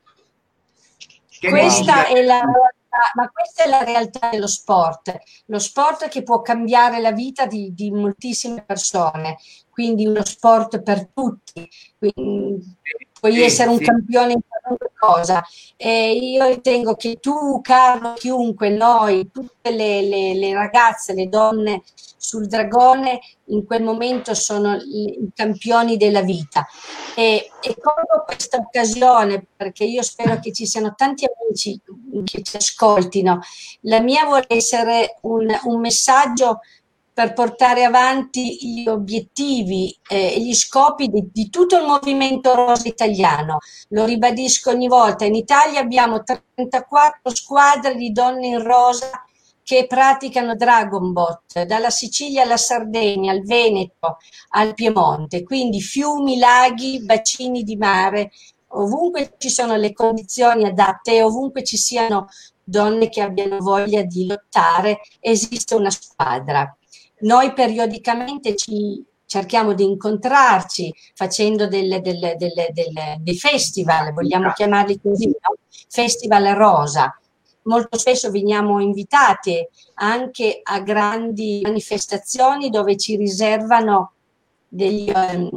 Questa è la realtà dello sport. Lo sport che può cambiare la vita di moltissime persone, quindi uno sport per tutti. Quindi, puoi essere un campione in qualunque cosa. Io ritengo che tu, Carlo, chiunque, noi, tutte le ragazze, le donne sul dragone in quel momento sono i campioni della vita. E colgo questa occasione, perché io spero che ci siano tanti amici che ci ascoltino. La mia vuole essere un messaggio per portare avanti gli obiettivi e gli scopi di tutto il movimento rosa italiano. Lo ribadisco ogni volta, in Italia abbiamo 34 squadre di donne in rosa che praticano Dragon Boat, dalla Sicilia alla Sardegna, al Veneto, al Piemonte, quindi fiumi, laghi, bacini di mare, ovunque ci sono le condizioni adatte, ovunque ci siano donne che abbiano voglia di lottare, esiste una squadra. Noi periodicamente cerchiamo di incontrarci facendo dei festival, vogliamo chiamarli così, no? Festival rosa. Molto spesso veniamo invitati anche a grandi manifestazioni dove ci riservano dei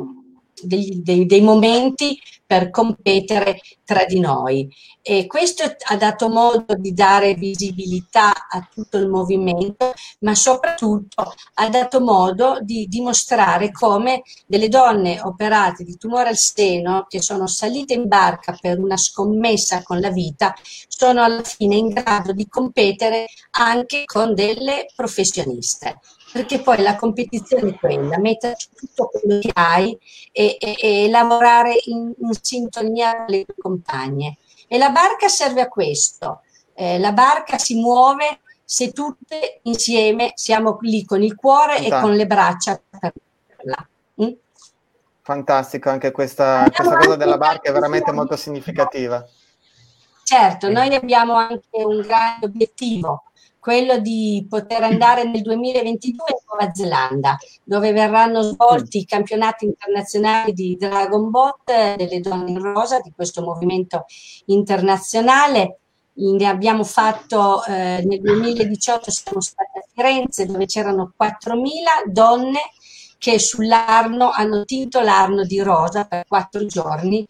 momenti per competere tra di noi, e questo ha dato modo di dare visibilità a tutto il movimento, ma soprattutto ha dato modo di dimostrare come delle donne operate di tumore al seno, che sono salite in barca per una scommessa con la vita, sono alla fine in grado di competere anche con delle professioniste. Perché poi la competizione è quella, metterci tutto quello che hai e lavorare in sintonia con le tue compagne. E la barca serve a questo. La barca si muove se tutte insieme siamo lì con il cuore e con le braccia per farla. Fantastico, anche questa cosa della barca è veramente molto significativa. Certo, noi abbiamo anche un grande obiettivo, quello di poter andare nel 2022 in Nuova Zelanda, dove verranno svolti i campionati internazionali di Dragon Boat delle donne in rosa, di questo movimento internazionale. Ne abbiamo fatto nel 2018, siamo stati a Firenze, dove c'erano 4.000 donne che sull'Arno hanno tinto l'Arno di rosa per 4 giorni,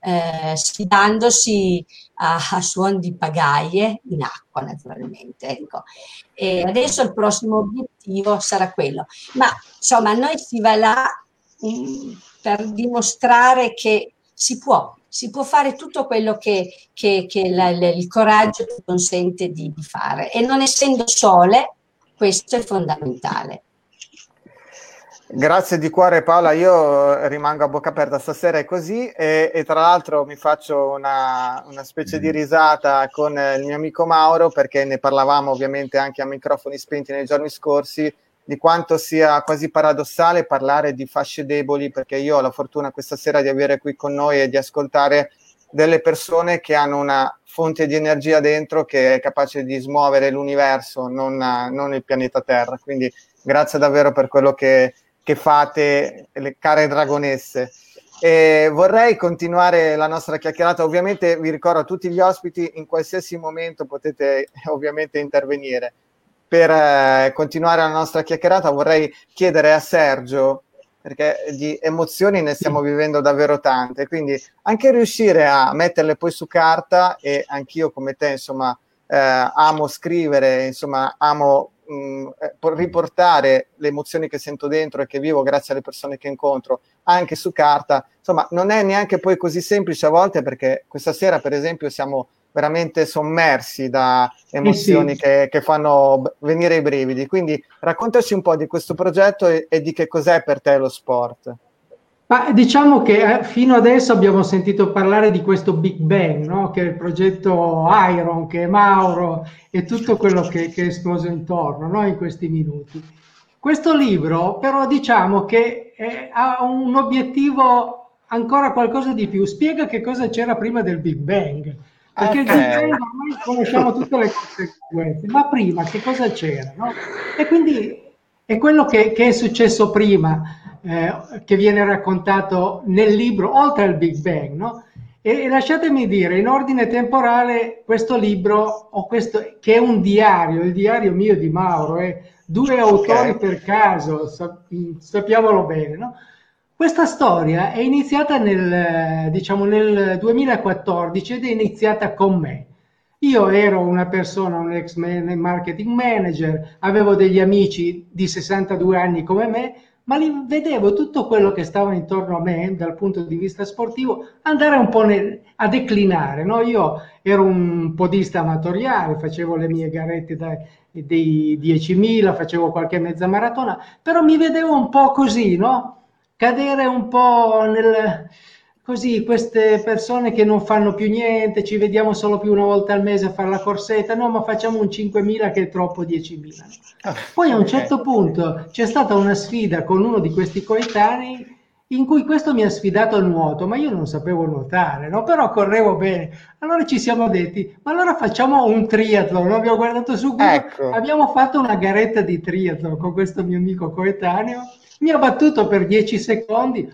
sfidandosi a suon di pagaie in acqua, naturalmente, ecco. E adesso il prossimo obiettivo sarà quello, ma insomma noi si va là per dimostrare che si può fare tutto quello che il coraggio ti consente di fare, e non essendo sole, questo è fondamentale. Grazie di cuore Paola, io rimango a bocca aperta, stasera è così, e tra l'altro mi faccio una specie di risata con il mio amico Mauro, perché ne parlavamo ovviamente anche a microfoni spenti nei giorni scorsi, di quanto sia quasi paradossale parlare di fasce deboli, perché io ho la fortuna questa sera di avere qui con noi e di ascoltare delle persone che hanno una fonte di energia dentro che è capace di smuovere l'universo, non il pianeta Terra, quindi grazie davvero per quello che fate, le care dragonesse. E vorrei continuare la nostra chiacchierata. Ovviamente vi ricordo a tutti gli ospiti, in qualsiasi momento potete ovviamente intervenire. Per continuare la nostra chiacchierata vorrei chiedere a Sergio, perché di emozioni ne stiamo vivendo davvero tante, quindi anche riuscire a metterle poi su carta, e anch'io come te insomma amo scrivere, insomma amo riportare le emozioni che sento dentro e che vivo grazie alle persone che incontro anche su carta, insomma non è neanche poi così semplice a volte, perché questa sera per esempio siamo veramente sommersi da emozioni che fanno venire i brividi, quindi raccontaci un po' di questo progetto e di che cos'è per te lo sport. Ma diciamo che fino adesso abbiamo sentito parlare di questo Big Bang, no? Che è il progetto Iron, che è Mauro e tutto quello che è esploso intorno, no? In questi minuti. Questo libro però diciamo che ha un obiettivo ancora qualcosa di più, spiega che cosa c'era prima del Big Bang, Perché il Big Bang ormai conosciamo tutte le conseguenze, ma prima che cosa c'era? No? E quindi è quello che è successo prima, che viene raccontato nel libro, oltre al Big Bang, no? E lasciatemi dire, in ordine temporale, questo libro, che è un diario, il diario mio di Mauro, 2 autori per caso, sappiamolo bene, no? Questa storia è iniziata nel 2014 ed è iniziata con me. Io ero una persona, un ex marketing manager, avevo degli amici di 62 anni come me, ma li vedevo tutto quello che stava intorno a me dal punto di vista sportivo andare un po' a declinare, no? Io ero un podista amatoriale, facevo le mie garette dei 10.000, facevo qualche mezza maratona, però mi vedevo un po' così, no? Cadere un po' così, queste persone che non fanno più niente, ci vediamo solo più una volta al mese a fare la corsetta, no, ma facciamo un 5.000 che è troppo 10.000. Poi a un certo punto c'è stata una sfida con uno di questi coetanei in cui questo mi ha sfidato a nuoto, ma io non sapevo nuotare, no? Però correvo bene. Allora ci siamo detti, ma allora facciamo un triathlon, no? Abbiamo guardato su Google, abbiamo fatto una garetta di triathlon con questo mio amico coetaneo, mi ha battuto per 10 secondi,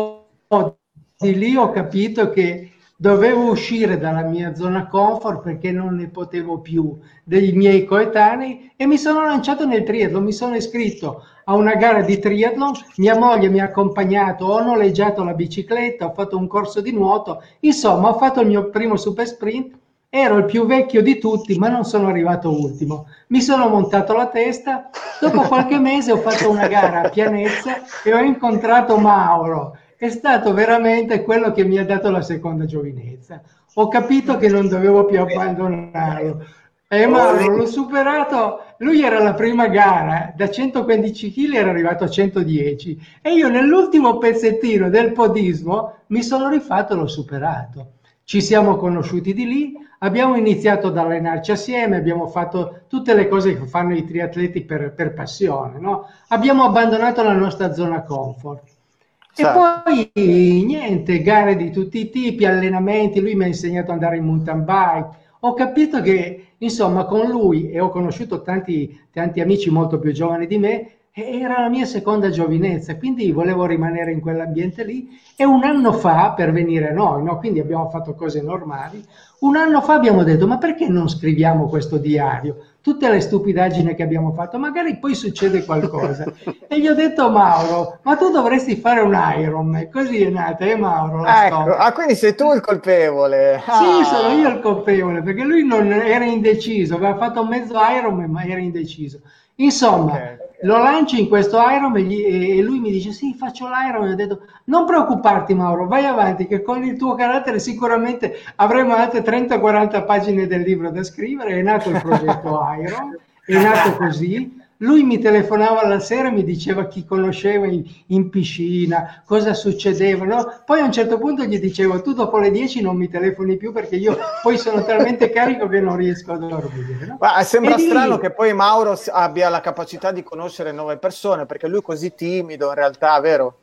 di lì ho capito che dovevo uscire dalla mia zona comfort perché non ne potevo più dei miei coetanei e mi sono lanciato nel triathlon, mi sono iscritto a una gara di triathlon, mia moglie mi ha accompagnato, ho noleggiato la bicicletta, ho fatto un corso di nuoto, insomma ho fatto il mio primo super sprint, ero il più vecchio di tutti ma non sono arrivato ultimo, mi sono montato la testa, dopo qualche mese ho fatto una gara a Pianezza e ho incontrato Mauro. È stato veramente quello che mi ha dato la seconda giovinezza. Ho capito che non dovevo più abbandonarlo. E Mauro l'ho superato, lui era la prima gara, da 115 kg era arrivato a 110 e io nell'ultimo pezzettino del podismo mi sono rifatto e l'ho superato. Ci siamo conosciuti di lì, abbiamo iniziato ad allenarci assieme, abbiamo fatto tutte le cose che fanno i triatleti per passione, no? Abbiamo abbandonato la nostra zona comfort. E poi niente, gare di tutti i tipi, allenamenti, lui mi ha insegnato ad andare in mountain bike, ho capito che insomma con lui, e ho conosciuto tanti amici molto più giovani di me, era la mia seconda giovinezza, quindi volevo rimanere in quell'ambiente lì e un anno fa, per venire noi, no? Quindi abbiamo fatto cose normali, un anno fa abbiamo detto ma perché non scriviamo questo diario? Tutte le stupidaggini che abbiamo fatto, magari poi succede qualcosa. E gli ho detto Mauro, ma tu dovresti fare un Ironman, così è nata, Mauro? Ecco, quindi sei tu il colpevole. Sì, sono io il colpevole, perché lui non era indeciso, aveva fatto mezzo Ironman ma era indeciso. Insomma, lo lancio in questo Ironman e lui mi dice sì, faccio l'Ironman. Ho detto non preoccuparti Mauro, vai avanti che con il tuo carattere sicuramente avremo altre 30-40 pagine del libro da scrivere. È nato il progetto Iron, è nato così. Lui mi telefonava alla sera e mi diceva chi conosceva in piscina, cosa succedeva, no? Poi a un certo punto gli dicevo tu dopo le 10 non mi telefoni più perché io poi sono talmente carico che non riesco a dormire, no? Ma sembra strano che poi Mauro abbia la capacità di conoscere nuove persone perché lui è così timido in realtà, vero?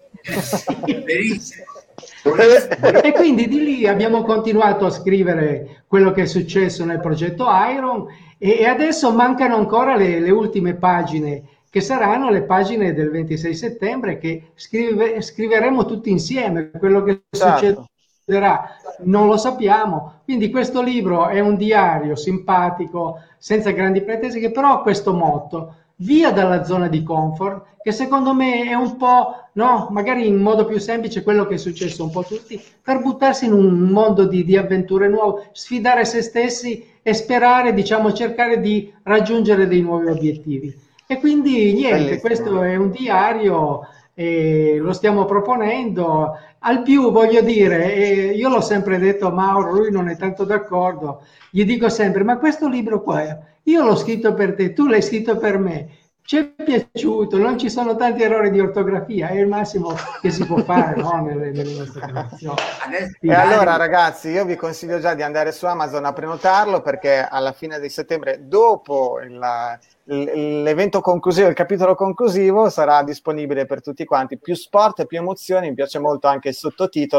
E quindi di lì abbiamo continuato a scrivere quello che è successo nel progetto Iron e adesso mancano ancora le ultime pagine che saranno le pagine del 26 settembre che scriveremo tutti insieme. Quello che succederà non lo sappiamo, quindi questo libro è un diario simpatico senza grandi pretese che però ha questo motto: via dalla zona di comfort, che secondo me è un po', no, magari in modo più semplice quello che è successo un po' a tutti, per buttarsi in un mondo di avventure nuove, sfidare se stessi e sperare, diciamo, cercare di raggiungere dei nuovi obiettivi. E quindi niente, questo è un diario, lo stiamo proponendo. Al più voglio dire, io l'ho sempre detto a Mauro, lui non è tanto d'accordo, gli dico sempre, ma questo libro qua, io l'ho scritto per te, tu l'hai scritto per me, ci è piaciuto, non ci sono tanti errori di ortografia, è il massimo che si può fare, no? nelle nostre creazioni. E allora ragazzi, io vi consiglio già di andare su Amazon a prenotarlo perché alla fine di settembre, dopo l'evento conclusivo, il capitolo conclusivo, sarà disponibile per tutti quanti. Più sport e più emozioni, mi piace molto anche il sottotitolo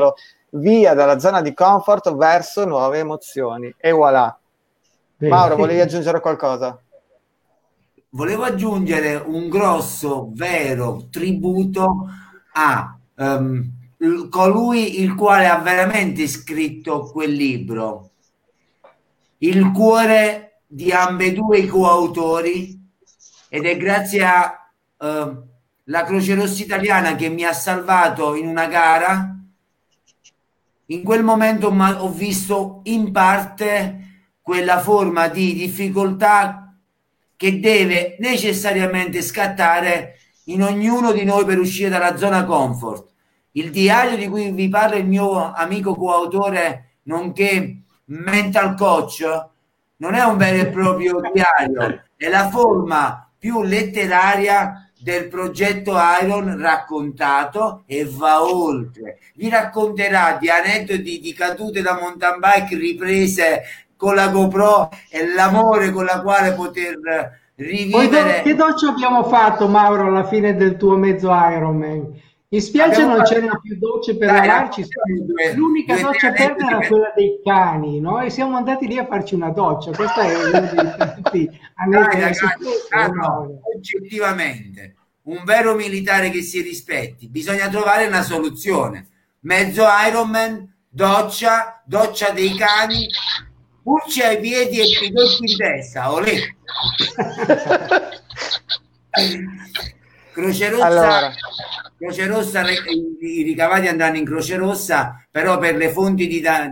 via dalla zona di comfort verso nuove emozioni. E voilà. Mauro, volevi aggiungere qualcosa? Volevo aggiungere un grosso, vero tributo a colui il quale ha veramente scritto quel libro, il cuore di ambedue i coautori, ed è grazie a la Croce Rossa Italiana che mi ha salvato in una gara. In quel momento ho visto in parte quella forma di difficoltà che deve necessariamente scattare in ognuno di noi per uscire dalla zona comfort. Il diario di cui vi parla il mio amico coautore, nonché mental coach, non è un vero e proprio diario, è la forma più letteraria del progetto Iron raccontato, e va oltre. Vi racconterà di aneddoti di cadute da mountain bike riprese con la GoPro e l'amore con la quale poter rivivere. Che doccia abbiamo fatto, Mauro, alla fine del tuo mezzo Ironman? Mi spiace non c'erano più docce per lavarci, l'unica doccia aperta era quella dei cani, no? E siamo andati lì a farci una doccia. Questa è uno dei tanti aneddoti. Oggettivamente, un vero militare che si rispetti, bisogna trovare una soluzione. Mezzo Ironman, doccia dei cani, pulci ai piedi e pidocchi in testa, olè. Croce Rossa, allora. Croce Rossa, i ricavati andranno in Croce Rossa, però per le fonti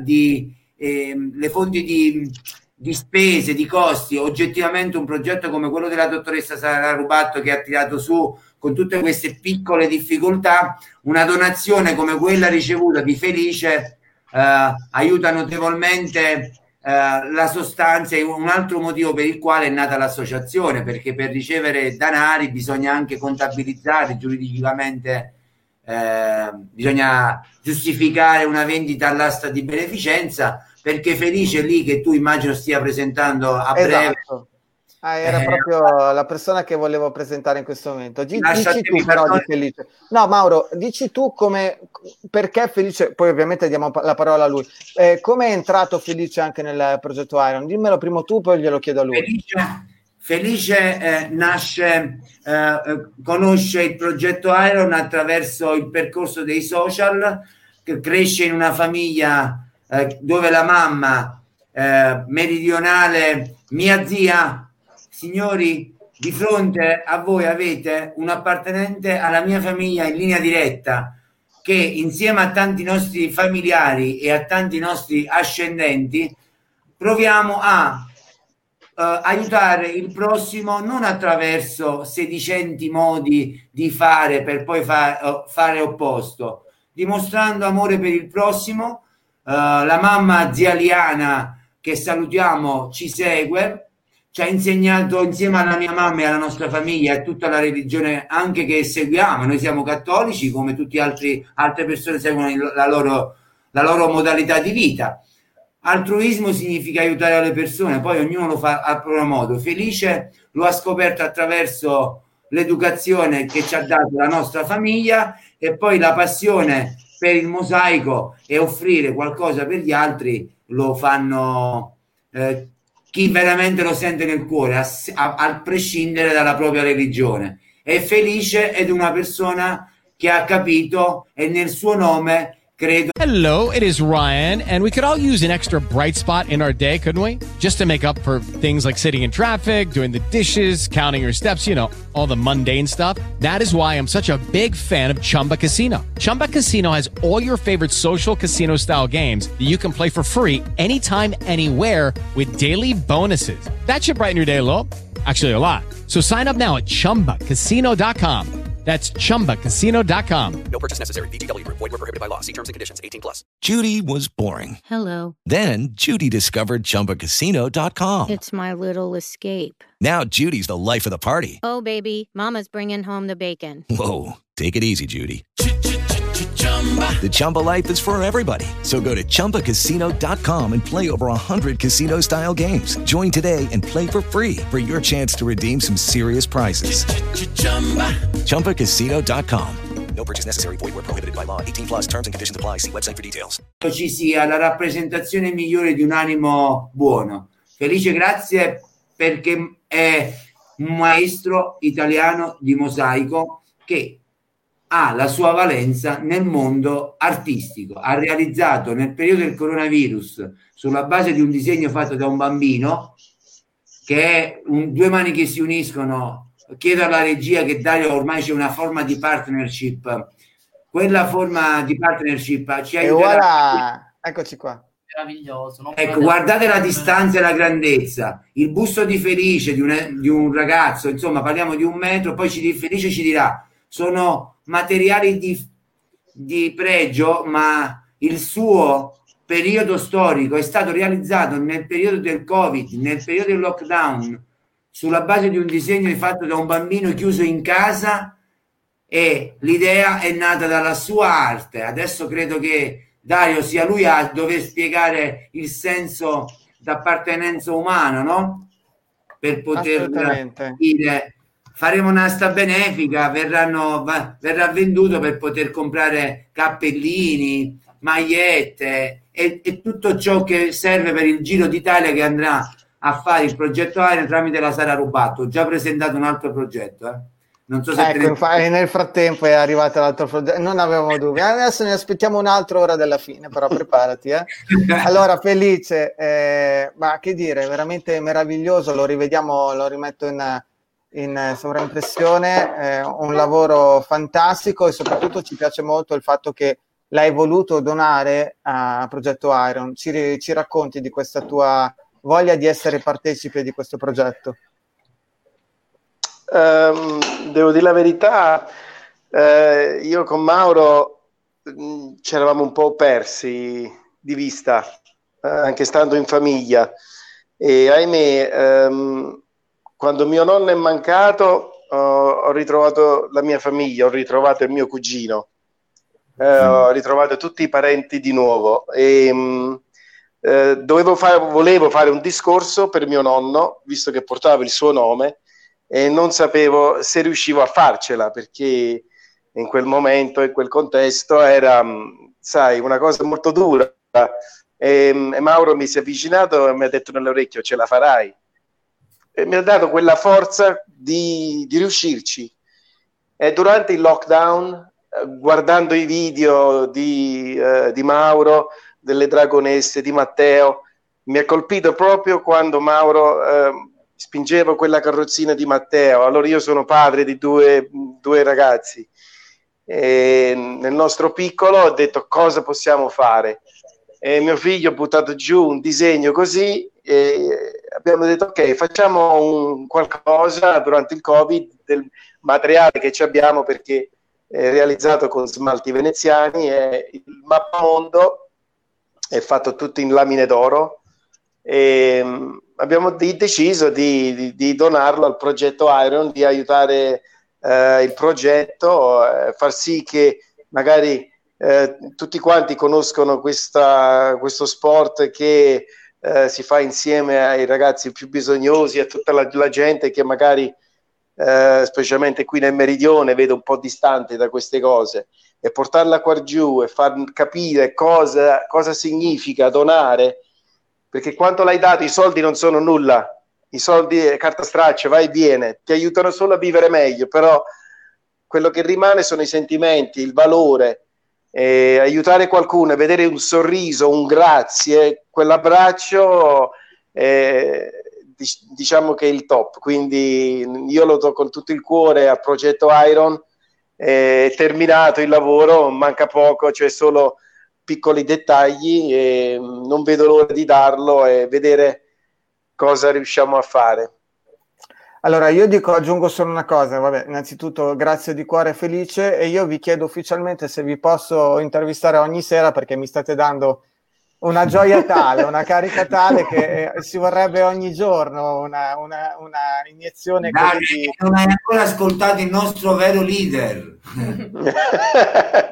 di spese, di costi, oggettivamente un progetto come quello della dottoressa Sara Rubatto, che ha tirato su con tutte queste piccole difficoltà, una donazione come quella ricevuta di Felice aiuta notevolmente la sostanza. È un altro motivo per il quale è nata l'associazione, perché per ricevere danari bisogna anche contabilizzare giuridicamente, bisogna giustificare una vendita all'asta di beneficenza, perché Felice lì, che tu immagino stia presentando a breve. Esatto. Era proprio la persona che volevo presentare in questo momento. Dici tu però di Felice. No, Mauro, dici tu perché Felice, poi ovviamente diamo la parola a lui. Come è entrato Felice anche nel progetto Iron? Dimmelo prima tu, poi glielo chiedo a lui. Felice nasce, conosce il progetto Iron attraverso il percorso dei social, che cresce in una famiglia dove la mamma meridionale, mia zia. Signori, di fronte a voi avete un appartenente alla mia famiglia in linea diretta, che insieme a tanti nostri familiari e a tanti nostri ascendenti proviamo a aiutare il prossimo non attraverso sedicenti modi di fare per poi fare opposto, dimostrando amore per il prossimo. La mamma zia Liana, che salutiamo, ci segue, ci ha insegnato insieme alla mia mamma e alla nostra famiglia e tutta la religione anche che seguiamo. Noi siamo cattolici, come tutte altre persone seguono la loro modalità di vita. Altruismo significa aiutare le persone, poi ognuno lo fa a proprio modo. Felice lo ha scoperto attraverso l'educazione che ci ha dato la nostra famiglia, e poi la passione per il mosaico e offrire qualcosa per gli altri lo fanno chi veramente lo sente nel cuore, a prescindere dalla propria religione. È felice ed è una persona che ha capito, e nel suo nome credo. Hello, it is Ryan, and we could all use an extra bright spot in our day, couldn't we? Just to make up for things like sitting in traffic, doing the dishes, counting your steps, you know, all the mundane stuff. That is why I'm such a big fan of Chumba Casino. Chumba Casino has all your favorite social casino style games that you can play for free anytime, anywhere, with daily bonuses. That should brighten your day a little. Actually, a lot. So sign up now at ChumbaCasino.com. That's ChumbaCasino.com. No purchase necessary. VGW Group. Void where prohibited by law. See terms and conditions. 18+. Judy was boring. Hello. Then Judy discovered ChumbaCasino.com. It's my little escape. Now Judy's the life of the party. Oh, baby, mama's bringing home the bacon. Whoa, take it easy, Judy. The Chumba life is for everybody. So go to ChumbaCasino.com and play over 100 casino-style games. Join today and play for free for your chance to redeem some serious prizes. ChumbaCasino.com. No No purchase necessary. Void where prohibited by law. 18 plus terms and conditions apply. See website for details. Ci sia la rappresentazione migliore di un animo buono. Felice, grazie, perché è un maestro italiano di mosaico che ha la sua valenza nel mondo artistico. Ha realizzato nel periodo del coronavirus, sulla base di un disegno fatto da un bambino, che è due mani che si uniscono. Chiedo alla regia che Dario, ormai c'è una forma di partnership. Quella forma di partnership ci aiuterà. Voilà. Eccoci qua. Meraviglioso. Ecco, guardate la distanza e la grandezza. Il busto di Felice, di un ragazzo, insomma, parliamo di 1 metro, poi Felice ci dirà, sono materiali di pregio, ma il suo periodo storico è stato realizzato nel periodo del Covid, nel periodo del lockdown, sulla base di un disegno fatto da un bambino chiuso in casa, e l'idea è nata dalla sua arte. Adesso credo che Dario sia lui a dover spiegare il senso d'appartenenza umana, no? Per poter dire, faremo un'asta benefica, verrà venduto per poter comprare cappellini, magliette e tutto ciò che serve per il Giro d'Italia che andrà a fare il progetto Iron tramite la Sara Rubato. Ho già presentato un altro progetto, Non so se nel frattempo è arrivato l'altro progetto, non avevamo dubbi. Adesso ne aspettiamo un altro ora della fine, però preparati. Allora, Felice, ma che dire, veramente meraviglioso, lo rivediamo, lo rimetto in sovraimpressione, un lavoro fantastico, e soprattutto ci piace molto il fatto che l'hai voluto donare a Progetto Iron. Ci racconti di questa tua voglia di essere partecipe di questo progetto? Devo dire la verità, io con Mauro ci eravamo un po' persi di vista, anche stando in famiglia, e ahimè quando mio nonno è mancato ho ritrovato la mia famiglia, ho ritrovato il mio cugino, ho ritrovato tutti i parenti di nuovo, e volevo fare un discorso per mio nonno, visto che portava il suo nome, e non sapevo se riuscivo a farcela, perché in quel momento, in quel contesto, era, sai, una cosa molto dura, e Mauro mi si è avvicinato e mi ha detto nell'orecchio: ce la farai, e mi ha dato quella forza di riuscirci. E durante il lockdown, guardando i video di Mauro, delle Dragonesse, di Matteo, mi ha colpito proprio quando Mauro spingevo quella carrozzina di Matteo. Allora, io sono padre di due ragazzi, e nel nostro piccolo ho detto: cosa possiamo fare? E mio figlio ha buttato giù un disegno così, e abbiamo detto: ok, facciamo qualcosa durante il Covid del materiale che ci abbiamo, perché è realizzato con smalti veneziani, e il mappamondo è fatto tutto in lamine d'oro, e abbiamo deciso di donarlo al progetto Iron, di aiutare il progetto, far sì che magari tutti quanti conoscono questo sport che si fa insieme ai ragazzi più bisognosi, a tutta la gente che magari specialmente qui nel meridione vede un po' distante da queste cose, e portarla qua giù e far capire cosa significa donare, perché quanto l'hai dato, i soldi non sono nulla, i soldi è carta straccia, va e viene, ti aiutano solo a vivere meglio, però quello che rimane sono i sentimenti, il valore, aiutare qualcuno e vedere un sorriso, un grazie, quell'abbraccio, diciamo che è il top. Quindi io lo do con tutto il cuore al progetto Iron. È terminato il lavoro, manca poco, cioè solo piccoli dettagli, e non vedo l'ora di darlo e vedere cosa riusciamo a fare. Allora, io aggiungo solo una cosa. Vabbè, innanzitutto grazie di cuore, Felice, e io vi chiedo ufficialmente se vi posso intervistare ogni sera, perché mi state dando una gioia tale, una carica tale che si vorrebbe ogni giorno una iniezione così. Non hai ancora ascoltato il nostro vero leader.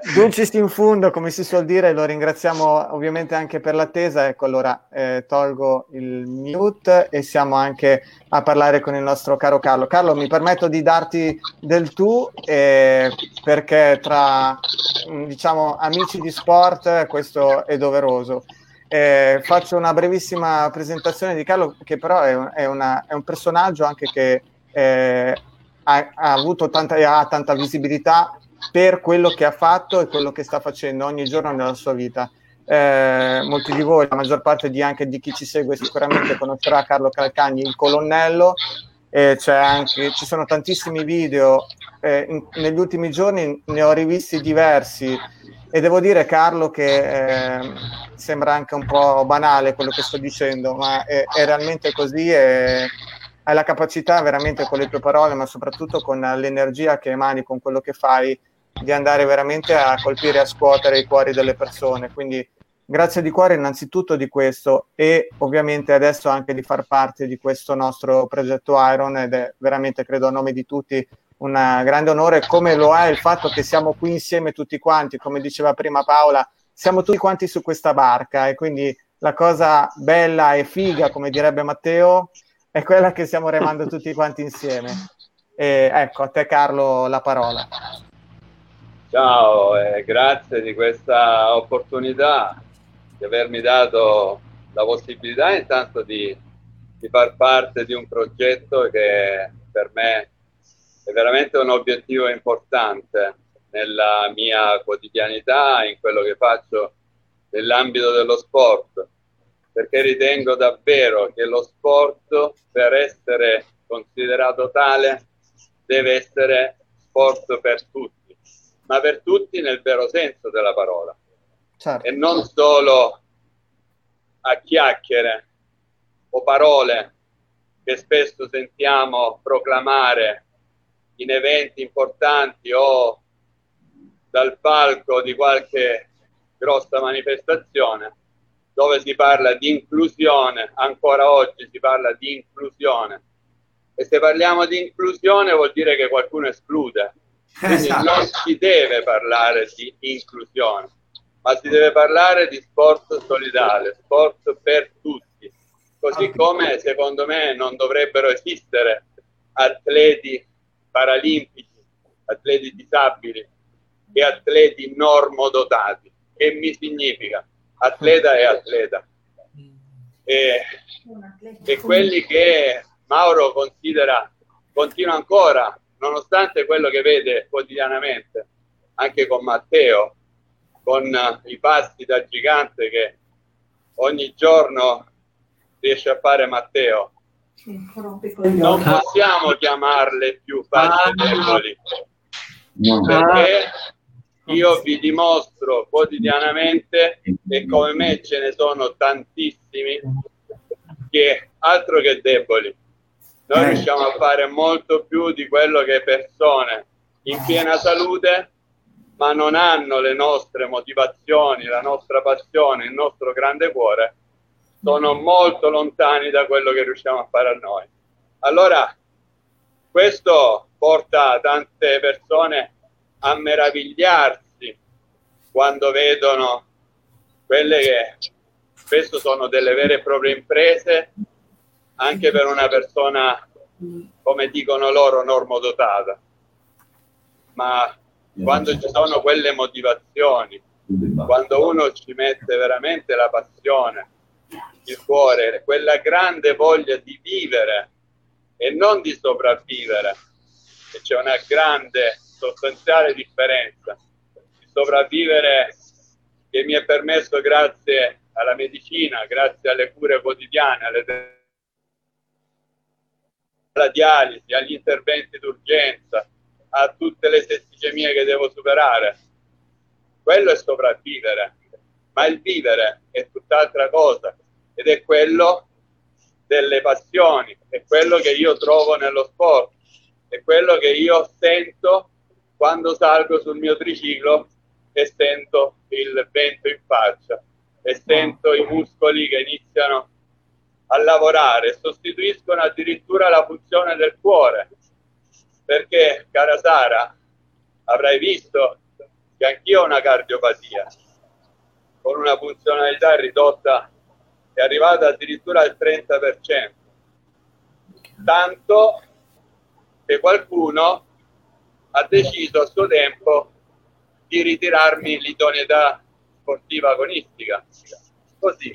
Dulcis in fundo, come si suol dire, lo ringraziamo ovviamente anche per l'attesa. Ecco, allora tolgo il mute e siamo anche a parlare con il nostro caro Carlo. Carlo, mi permetto di darti del tu perché tra, diciamo, amici di sport questo è doveroso. Faccio una brevissima presentazione di Carlo, che però è un personaggio anche che ha avuto tanta visibilità per quello che ha fatto e quello che sta facendo ogni giorno nella sua vita. Molti di voi, la maggior parte anche di chi ci segue sicuramente conoscerà Carlo Calcagni, il colonnello. Ci sono tantissimi video, negli ultimi giorni ne ho rivisti diversi e devo dire, Carlo, che sembra anche un po' banale quello che sto dicendo, ma è realmente così, e hai la capacità veramente con le tue parole, ma soprattutto con l'energia che emani, con quello che fai, di andare veramente a colpire e a scuotere i cuori delle persone. Quindi grazie di cuore innanzitutto di questo, e ovviamente adesso anche di far parte di questo nostro progetto Iron, ed è veramente, credo, a nome di tutti un grande onore, come lo è il fatto che siamo qui insieme tutti quanti. Come diceva prima Paola, siamo tutti quanti su questa barca, e quindi la cosa bella e figa, come direbbe Matteo, è quella che stiamo remando tutti quanti insieme. E ecco, a te Carlo la parola. Ciao, grazie di questa opportunità, di avermi dato la possibilità intanto di far parte di un progetto che per me è veramente un obiettivo importante nella mia quotidianità, in quello che faccio nell'ambito dello sport, perché ritengo davvero che lo sport, per essere considerato tale, deve essere sport per tutti, ma per tutti nel vero senso della parola. Certo. E non solo a chiacchiere o parole che spesso sentiamo proclamare in eventi importanti o dal palco di qualche grossa manifestazione, dove si parla di inclusione. Ancora oggi si parla di inclusione, e se parliamo di inclusione vuol dire che qualcuno esclude. Quindi non si deve parlare di inclusione, ma si deve parlare di sport solidale, sport per tutti, così come secondo me non dovrebbero esistere atleti paralimpici, atleti disabili e atleti normodotati. Che mi significa? Atleta è atleta. E quelli che Mauro continua ancora, nonostante quello che vede quotidianamente, anche con Matteo, con i passi da gigante che ogni giorno riesce a fare Matteo, non possiamo chiamarle più facce deboli, perché io vi dimostro quotidianamente, e come me ce ne sono tantissimi, che altro che deboli, noi riusciamo a fare molto più di quello che persone in piena salute, ma non hanno le nostre motivazioni, la nostra passione, il nostro grande cuore, sono molto lontani da quello che riusciamo a fare a noi. Allora, questo porta tante persone a meravigliarsi quando vedono quelle che spesso sono delle vere e proprie imprese, anche per una persona, come dicono loro, normodotata. Ma quando ci sono quelle motivazioni, quando uno ci mette veramente la passione, il cuore, quella grande voglia di vivere e non di sopravvivere, e c'è una grande, sostanziale differenza. Di sopravvivere che mi è permesso grazie alla medicina, grazie alle cure quotidiane, alla dialisi, agli interventi d'urgenza, a tutte le setticemie che devo superare. Quello è sopravvivere, ma il vivere è tutt'altra cosa, ed è quello delle passioni, è quello che io trovo nello sport, è quello che io sento quando salgo sul mio triciclo e sento il vento in faccia e sento i muscoli che iniziano a lavorare, sostituiscono addirittura la funzione del cuore, perché, cara Sara, avrai visto che anch'io ho una cardiopatia con una funzionalità ridotta, è arrivata addirittura al 30%, tanto che qualcuno ha deciso a suo tempo di ritirarmi l'idoneità sportiva agonistica, così,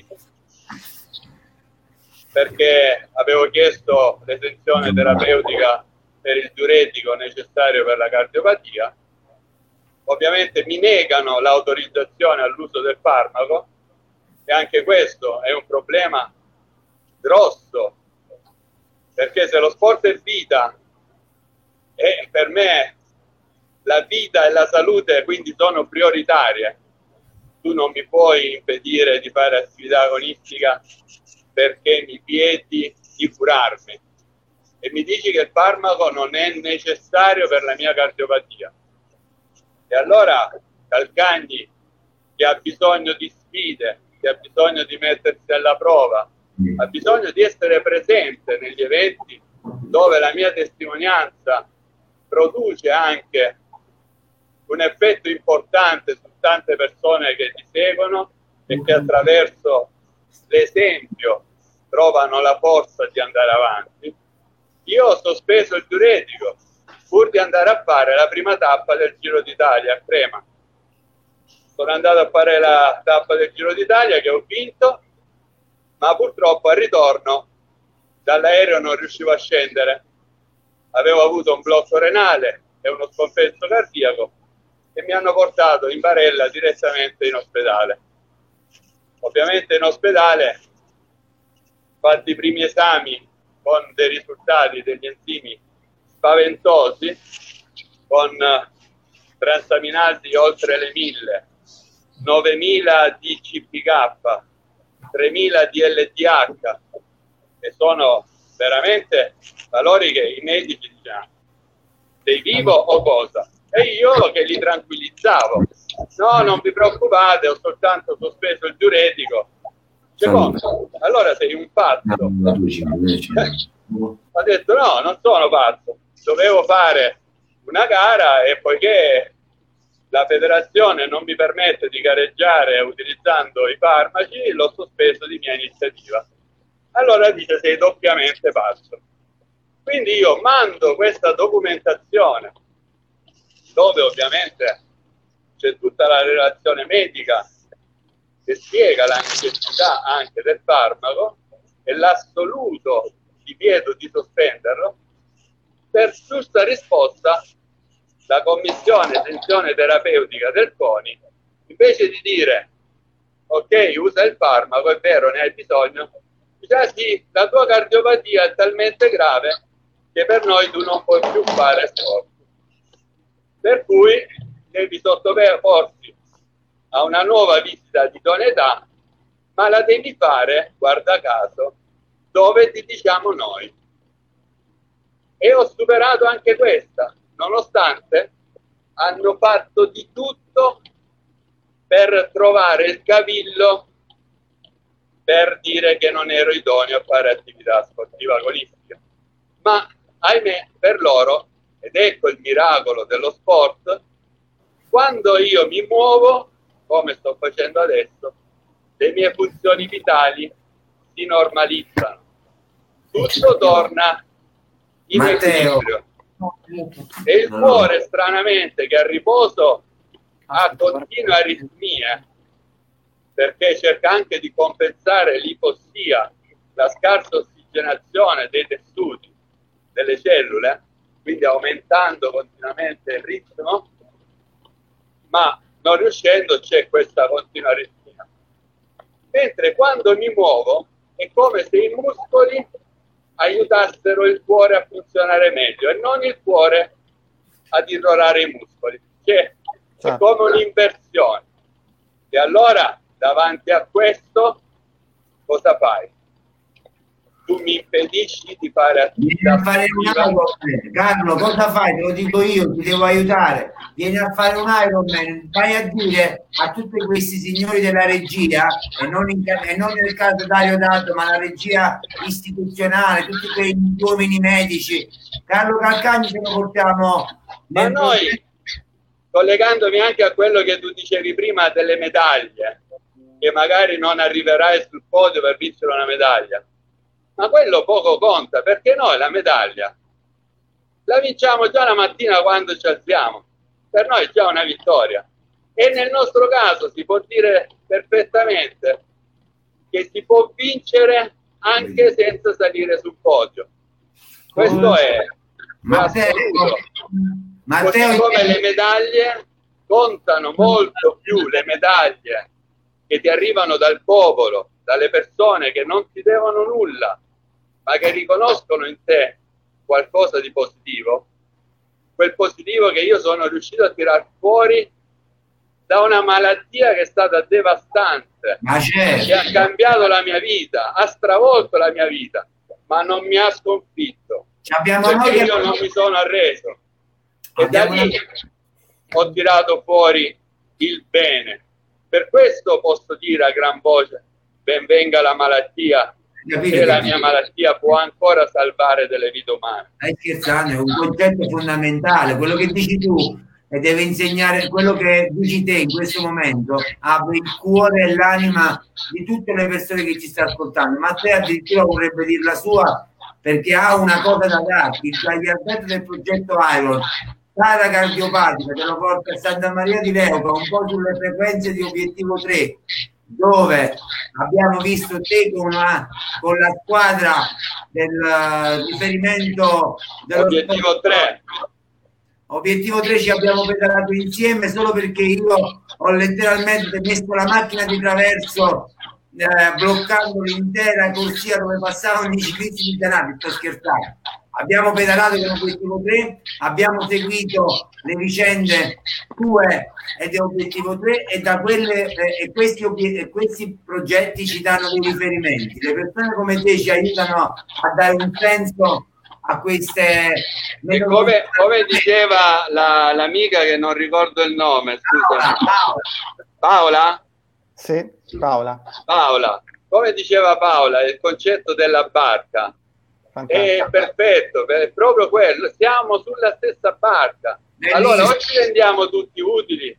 perché avevo chiesto l'esenzione terapeutica per il diuretico necessario per la cardiopatia. Ovviamente mi negano l'autorizzazione all'uso del farmaco, e anche questo è un problema grosso, perché se lo sport è vita, e per me la vita e la salute quindi sono prioritarie, tu non mi puoi impedire di fare attività agonistica perché mi vieti di curarmi e mi dici che il farmaco non è necessario per la mia cardiopatia. E allora Calcagni, che ha bisogno di sfide, che ha bisogno di mettersi alla prova, ha bisogno di essere presente negli eventi dove la mia testimonianza produce anche un effetto importante su tante persone che ti seguono e che attraverso l'esempio trovano la forza di andare avanti. Io ho sospeso il diuretico pur di andare a fare la prima tappa del Giro d'Italia a Crema. Sono andato a fare la tappa del Giro d'Italia che ho vinto, ma purtroppo al ritorno dall'aereo non riuscivo a scendere. Avevo avuto un blocco renale e uno scompenso cardiaco e mi hanno portato in barella direttamente in ospedale. Ovviamente in ospedale, fatti i primi esami con dei risultati degli enzimi spaventosi, con transaminasi oltre le 1000, 9000 di CPK, 3000 di LDH, che sono veramente valori che i medici dicevano: sei vivo o cosa? E io che li tranquillizzavo: no, non vi preoccupate, ho soltanto sospeso il diuretico. Secondo, allora sei un pazzo. Ho detto no, non sono pazzo, dovevo fare una gara e poiché la federazione non mi permette di gareggiare utilizzando i farmaci, l'ho sospeso di mia iniziativa. Allora dice: sei doppiamente pazzo. Quindi io mando questa documentazione dove ovviamente c'è tutta la relazione medica che spiega la necessità anche del farmaco e l'assoluto divieto di sospenderlo. Per giusta risposta la commissione esenzione terapeutica del CONI, invece di dire ok, usa il farmaco, è vero, ne hai bisogno, dice: ah sì, la tua cardiopatia è talmente grave che per noi tu non puoi più fare sport, per cui devi sottoporti a una nuova visita di idoneità, ma la devi fare, guarda caso, dove ti diciamo noi. E ho superato anche questa, nonostante hanno fatto di tutto per trovare il cavillo per dire che non ero idoneo a fare attività sportiva agonistica. Ma ahimè, per loro, ed ecco il miracolo dello sport, quando io mi muovo, come sto facendo adesso, le mie funzioni vitali si normalizzano. Tutto torna in equilibrio. E il cuore, stranamente, che a riposo ha continue aritmie, perché cerca anche di compensare l'ipossia, la scarsa ossigenazione dei tessuti, delle cellule, quindi aumentando continuamente il ritmo, ma non riuscendo c'è questa continua aritmia. Mentre quando mi muovo è come se i muscoli aiutassero il cuore a funzionare meglio e non il cuore ad irrorare i muscoli. Cioè, è come un'inversione. E allora, davanti a questo, cosa fai? Tu mi impedisci di fare attività. Vieni a fare un Ironman, Carlo, cosa fai? Te lo dico io, ti devo aiutare. Vieni a fare un Ironman, vai a dire a tutti questi signori della regia, e non nel caso Dario Dato, ma la regia istituzionale, tutti quei uomini medici, Carlo Calcagni, ce lo portiamo. Ma noi collegandomi anche a quello che tu dicevi prima delle medaglie, che magari non arriverai sul podio per vincere una medaglia, ma quello poco conta, perché noi la medaglia la vinciamo già la mattina quando ci alziamo, per noi è già una vittoria. E nel nostro caso si può dire perfettamente che si può vincere anche senza salire sul podio. Questo è assoluto. Così come le medaglie contano molto più, le medaglie che ti arrivano dal popolo, dalle persone che non ti devono nulla, ma che riconoscono in te qualcosa di positivo, quel positivo che io sono riuscito a tirar fuori da una malattia che è stata devastante, che ha cambiato la mia vita, ha stravolto la mia vita, ma non mi ha sconfitto, perché io non mi sono arreso. E da lì ho tirato fuori il bene. Per questo posso dire a gran voce: ben venga la malattia, e la mia malattia può ancora salvare delle vite umane. Stai scherzando, è un concetto fondamentale, quello che dici tu, e deve insegnare quello che dici te in questo momento, apre il cuore e l'anima di tutte le persone che ci stanno ascoltando. Ma te addirittura vorrebbe dire la sua, perché ha una cosa da darti, il tagliardetto del progetto Iron, Sara cardiopatica, te lo porta a Santa Maria di Leuca, un po' sulle frequenze di Obiettivo 3, dove abbiamo visto te con la squadra del riferimento dell'Obiettivo 3. Obiettivo 3 ci abbiamo pedalato insieme solo perché io ho letteralmente messo la macchina di traverso bloccando l'intera corsia dove passavano i ciclisti di Tenavi. Sto scherzando. Abbiamo pedalato con Obiettivo 3, abbiamo seguito le vicende tue e di Obiettivo 3 e da quelle questi progetti ci danno dei riferimenti. Le persone come te ci aiutano a dare un senso a queste... E come diceva l'amica che non ricordo il nome, scusa. Paola? Sì, Paola. Come diceva Paola, il concetto della barca è perfetto, è proprio quello, siamo sulla stessa barca. Allora o ci rendiamo tutti utili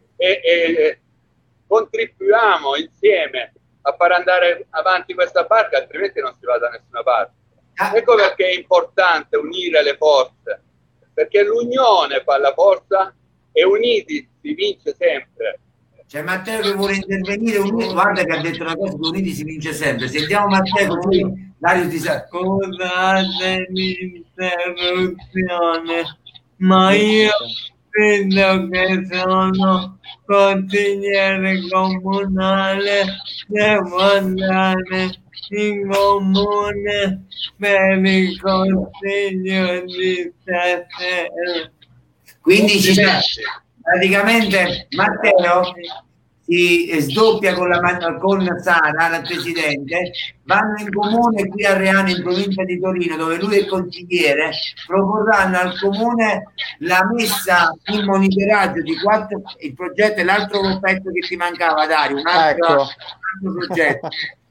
e contribuiamo insieme a far andare avanti questa barca, altrimenti non si va da nessuna parte. Ecco perché è importante unire le forze, perché l'unione fa la forza e uniti si vince sempre. C'è Matteo che vuole intervenire, guarda che ha detto una cosa, che uniti si vince sempre. Sentiamo Matteo, così Dario ti sa. Scusate l'interruzione, ma io credo che sono consigliere comunale, devo andare in comune per il consiglio di stasera. Quindi praticamente Matteo si sdoppia con Sara, la presidente, vanno in comune qui a Reano, in provincia di Torino, dove lui è consigliere, proporranno al comune la messa in monitoraggio di 4, il progetto è l'altro pezzo che ti mancava, Dario, un altro progetto.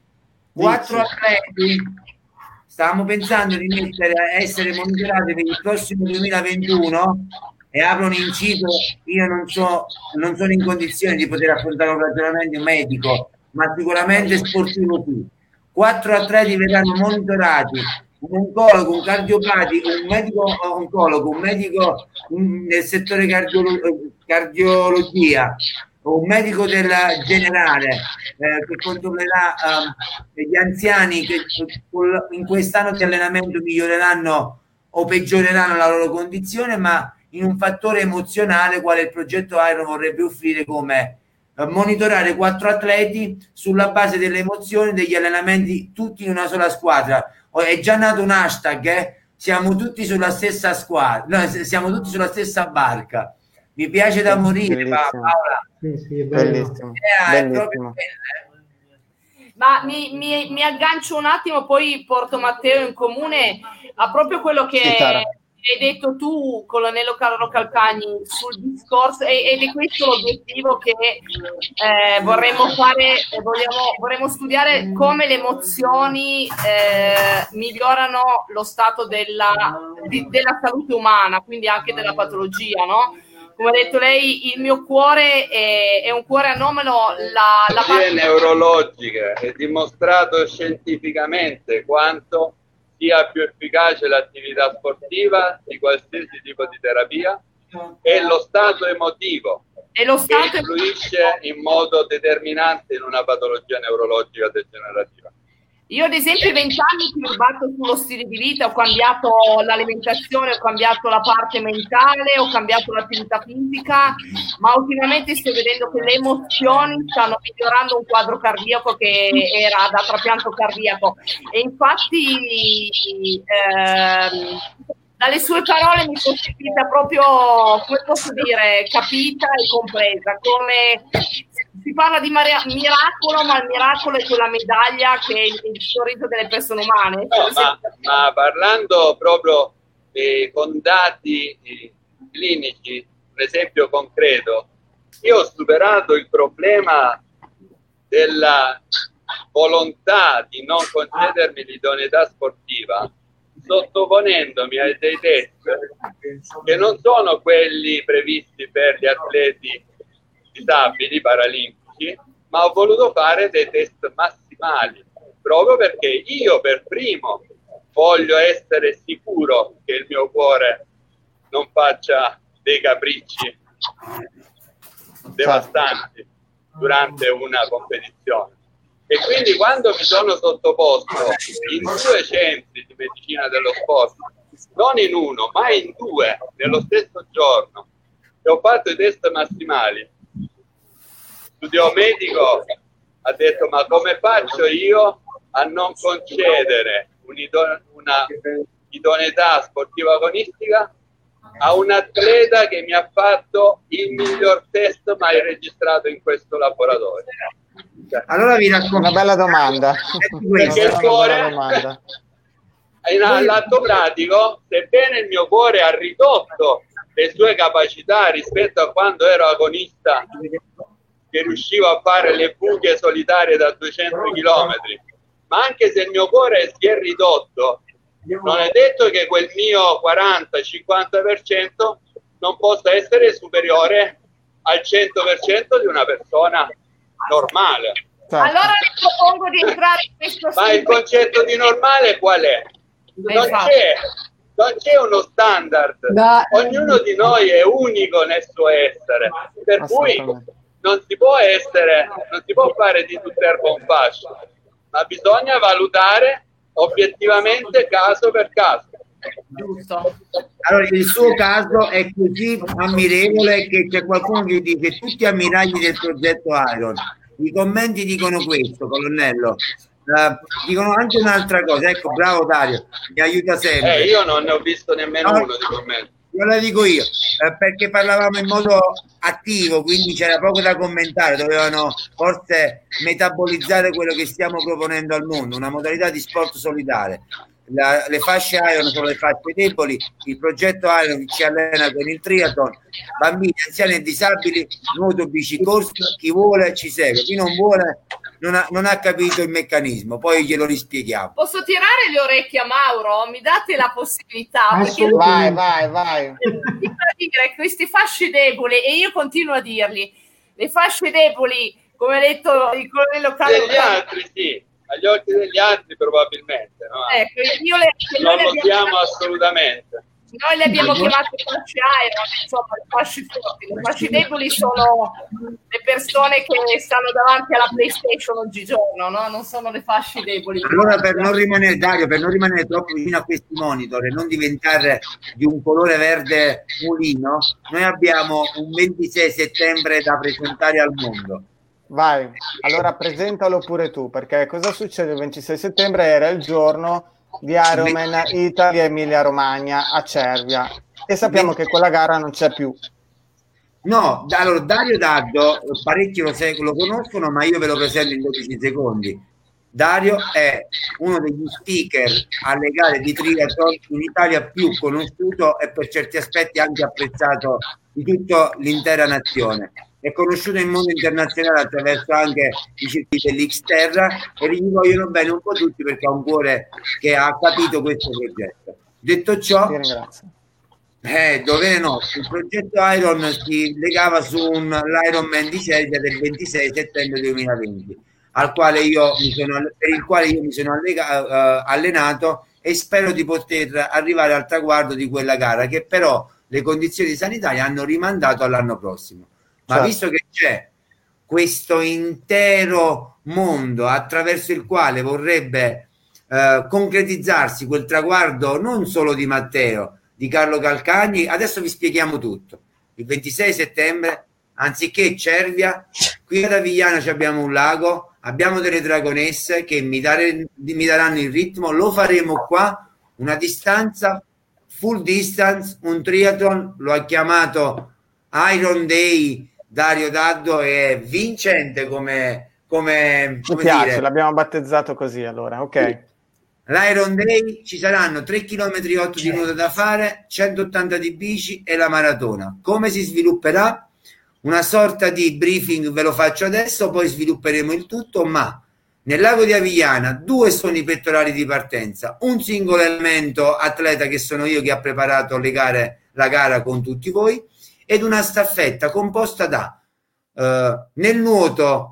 4 atleti stavamo pensando di mettere a essere monitorati per il prossimo 2021 e apro un inciso, io non sono in condizione di poter affrontare un ragionamento medico, ma sicuramente sportivo qui. 4 atleti verranno monitorati, un oncologo, un cardiopatico, un medico oncologo, un medico nel settore cardiologia, un medico del generale che controllerà gli anziani che in quest'anno di allenamento miglioreranno o peggioreranno la loro condizione, ma in un fattore emozionale quale il progetto Iron vorrebbe offrire, come monitorare 4 atleti sulla base delle emozioni, degli allenamenti, tutti in una sola squadra. È già nato un hashtag, siamo tutti sulla stessa squadra, no, siamo tutti sulla stessa barca. Mi piace da morire, Paola. Sì, bellissimo. Bellissimo. Ma mi aggancio un attimo, poi porto Matteo in comune a proprio quello che hai detto tu, colonnello Carlo Calcagni, sul discorso, ed è questo l'obiettivo che vorremmo fare. Vorremmo studiare come le emozioni migliorano lo stato della salute umana, quindi anche della patologia, no? come ha detto lei, il mio cuore è un cuore anomalo. La parte neurologiche è dimostrato scientificamente quanto sia più efficace l'attività sportiva di qualsiasi tipo di terapia, e lo stato emotivo che influisce in modo determinante in una patologia neurologica degenerativa. Io ad esempio 20 anni che mi batto sullo stile di vita, ho cambiato l'alimentazione, ho cambiato la parte mentale, ho cambiato l'attività fisica, ma ultimamente sto vedendo che le emozioni stanno migliorando un quadro cardiaco che era da trapianto cardiaco, e infatti dalle sue parole mi sono sentita proprio, come posso dire, capita e compresa, come si parla di miracolo, ma il miracolo è quella medaglia che è il sorriso delle persone umane. No, ma parlando proprio con dati clinici, un esempio concreto, io ho superato il problema della volontà di non concedermi l'idoneità sportiva sottoponendomi a dei test che non sono quelli previsti per gli atleti disabili paralimpici, ma ho voluto fare dei test massimali, proprio perché io per primo voglio essere sicuro che il mio cuore non faccia dei capricci devastanti durante una competizione. E quindi quando mi sono sottoposto in 2 centri di medicina dello sport, non in uno, ma in 2, nello stesso giorno, e ho fatto i test massimali, il studio medico ha detto: ma come faccio io a non concedere una idoneità sportiva agonistica a un atleta che mi ha fatto il miglior test mai registrato in questo laboratorio? Allora vi racconto una bella domanda. Perché il cuore, all'atto pratico, sebbene il mio cuore ha ridotto le sue capacità rispetto a quando ero agonista, che riuscivo a fare le fughe solitarie da 200 chilometri, ma anche se il mio cuore si è ridotto, non è detto che quel mio 40-50% non possa essere superiore al 100% di una persona normale. Allora vi propongo di entrare in questo ma il concetto di normale qual è? Non c'è uno standard, ognuno di noi è unico nel suo essere, per cui non si può fare di tutta erba un fascio, ma bisogna valutare obiettivamente caso per caso. Giusto. Allora, il suo caso è così ammirevole che c'è qualcuno che dice tutti ammiragli del progetto Iron. I commenti dicono questo, colonnello. Dicono anche un'altra cosa. Ecco, bravo Dario, mi aiuta sempre. Io non ne ho visto nemmeno uno di commenti. Io la dico io, perché parlavamo in modo attivo, quindi c'era poco da commentare, dovevano forse metabolizzare quello che stiamo proponendo al mondo, una modalità di sport solidale. Le fasce Iron sono le fasce deboli, il progetto Iron ci allena con il triathlon, bambini, anziani e disabili, nuoto, bici, corsa, chi vuole ci segue, chi non vuole non ha capito il meccanismo, poi glielo rispieghiamo. Posso tirare le orecchie a Mauro? Mi date la possibilità? Vai. Dire queste fasce deboli, e io continuo a dirli, le fasce deboli, come ha detto il colonnello Carlo, degli altri sì, agli occhi degli altri probabilmente, no? Ecco, non lo siamo assolutamente. Noi le abbiamo chiamate fasce Iron, insomma, le fasce forti. Le fasce deboli sono le persone che stanno davanti alla PlayStation oggigiorno, no? Non sono le fasce deboli. Allora, per non rimanere, Dario, per non rimanere troppo vicino a questi monitor e non diventare di un colore verde mulino, noi abbiamo un 26 settembre da presentare al mondo. Vai, allora presentalo pure tu, perché cosa succede il 26 settembre? Era il giorno di Ironman Italia Emilia Romagna a Cervia, e sappiamo che quella gara non c'è più. No, allora Dario Daddo, parecchi lo conoscono, ma io ve lo presento in 12 secondi. Dario è uno degli speaker alle gare di triathlon in Italia più conosciuto e per certi aspetti anche apprezzato di tutta l'intera nazione. È conosciuto in mondo internazionale attraverso anche i circuiti dell'Xterra e gli vogliono bene un po' tutti perché ha un cuore che ha capito questo progetto. Detto ciò, Dove no, il progetto Iron si legava su l'Ironman di Cervia del 26 settembre 2020, per il quale io mi sono allenato e spero di poter arrivare al traguardo di quella gara, che però le condizioni sanitarie hanno rimandato all'anno prossimo. Ma visto che c'è questo intero mondo attraverso il quale vorrebbe concretizzarsi quel traguardo non solo di Matteo, di Carlo Calcagni, adesso vi spieghiamo tutto. Il 26 settembre, anziché Cervia, qui ad Avigliana abbiamo un lago, abbiamo delle dragonesse che mi daranno il ritmo, lo faremo qua, una distanza full distance, un triathlon, lo ha chiamato Iron Day Dario Daddo, è vincente come mi piace, dire. L'abbiamo battezzato così allora, ok. L'Iron Day ci saranno 3 km 8 di nuoto da fare, 180 di bici e la maratona. Come si svilupperà? Una sorta di briefing ve lo faccio adesso, poi svilupperemo il tutto, ma nel lago di Avigliana 2 sono i pettorali di partenza, un singolo elemento atleta che sono io che ha preparato la gara con tutti voi, ed una staffetta composta da nel nuoto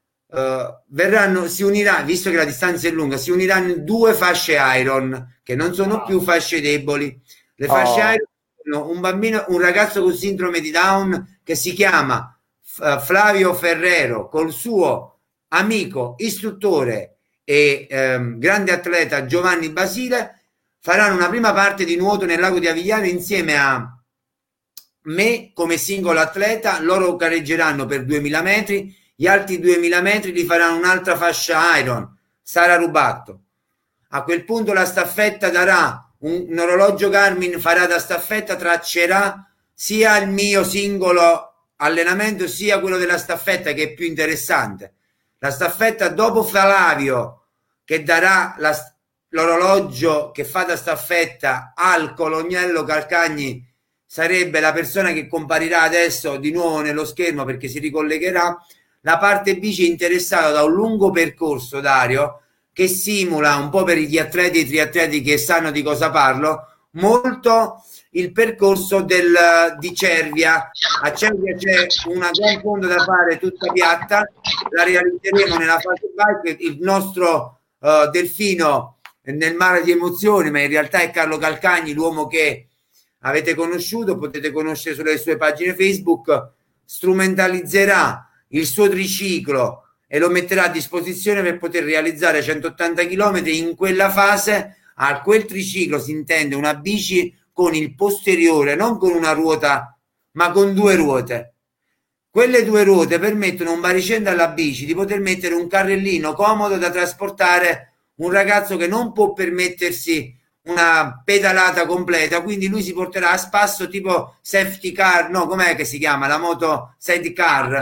si unirà, visto che la distanza è lunga, si uniranno 2 fasce Iron che non sono più fasce deboli. Le fasce Iron sono un ragazzo con sindrome di Down che si chiama Flavio Ferrero col suo amico istruttore e grande atleta Giovanni Basile, faranno una prima parte di nuoto nel lago di Avigliana insieme a me come singolo atleta. Loro gareggeranno per 2000 metri, gli altri 2000 metri li faranno un'altra fascia Iron, Sara Rubatto. A quel punto la staffetta darà un orologio Garmin, farà da staffetta, traccerà sia il mio singolo allenamento sia quello della staffetta, che è più interessante. La staffetta, dopo Flavio che darà l'orologio che fa da staffetta al colonnello Calcagni, sarebbe la persona che comparirà adesso di nuovo nello schermo perché si ricollegherà. La parte bici è interessata da un lungo percorso, Dario, che simula un po' per gli atleti e i triatleti che sanno di cosa parlo, molto il percorso di Cervia. A Cervia c'è una gran ponte da fare tutta piatta, la realizzeremo nella fase bike. Il nostro delfino nel mare di emozioni, ma in realtà è Carlo Calcagni, l'uomo che avete conosciuto, potete conoscere sulle sue pagine Facebook, strumentalizzerà il suo triciclo e lo metterà a disposizione per poter realizzare 180 km. In quella fase a quel triciclo si intende una bici con il posteriore, non con una ruota ma con 2 ruote. Quelle 2 ruote permettono a un baricentro alla bici di poter mettere un carrellino comodo da trasportare un ragazzo che non può permettersi una pedalata completa, quindi lui si porterà a spasso tipo safety car, no, com'è che si chiama? La moto sidecar.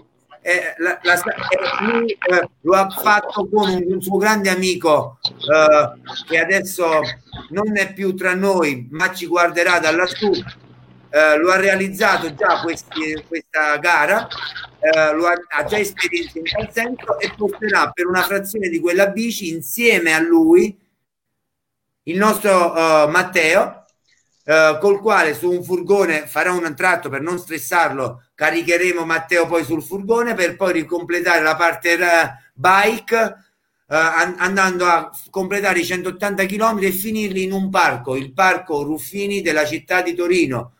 Lui lo ha fatto con un suo grande amico che adesso non è più tra noi ma ci guarderà da lassù. Lo ha realizzato già questa gara, ha già esperienza in tal senso e porterà per una frazione di quella bici insieme a lui il nostro Matteo, col quale su un furgone farà un tratto per non stressarlo, caricheremo Matteo poi sul furgone per poi ricompletare la parte bike, andando a completare i 180 km e finirli in un parco, il parco Ruffini della città di Torino,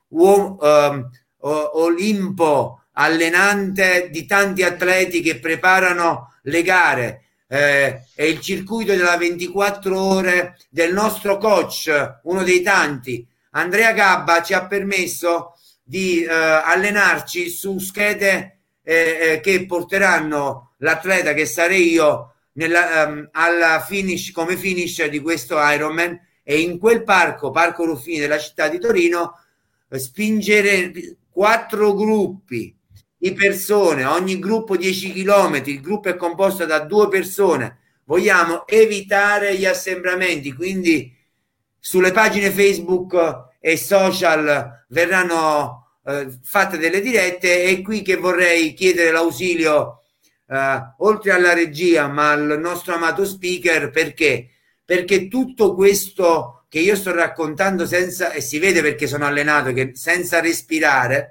Olimpo allenante di tanti atleti che preparano le gare. È il circuito della 24 ore del nostro coach, uno dei tanti. Andrea Gabba ci ha permesso di allenarci su schede che porteranno l'atleta che sarei io alla finish, come finish di questo Ironman, e in quel parco Ruffini della città di Torino spingere 4 gruppi di persone, ogni gruppo 10 km, il gruppo è composto da 2 persone. Vogliamo evitare gli assembramenti, quindi sulle pagine Facebook e social verranno fatte delle dirette. E qui che vorrei chiedere l'ausilio oltre alla regia ma al nostro amato speaker, perché tutto questo che io sto raccontando senza, e si vede perché sono allenato, che senza respirare,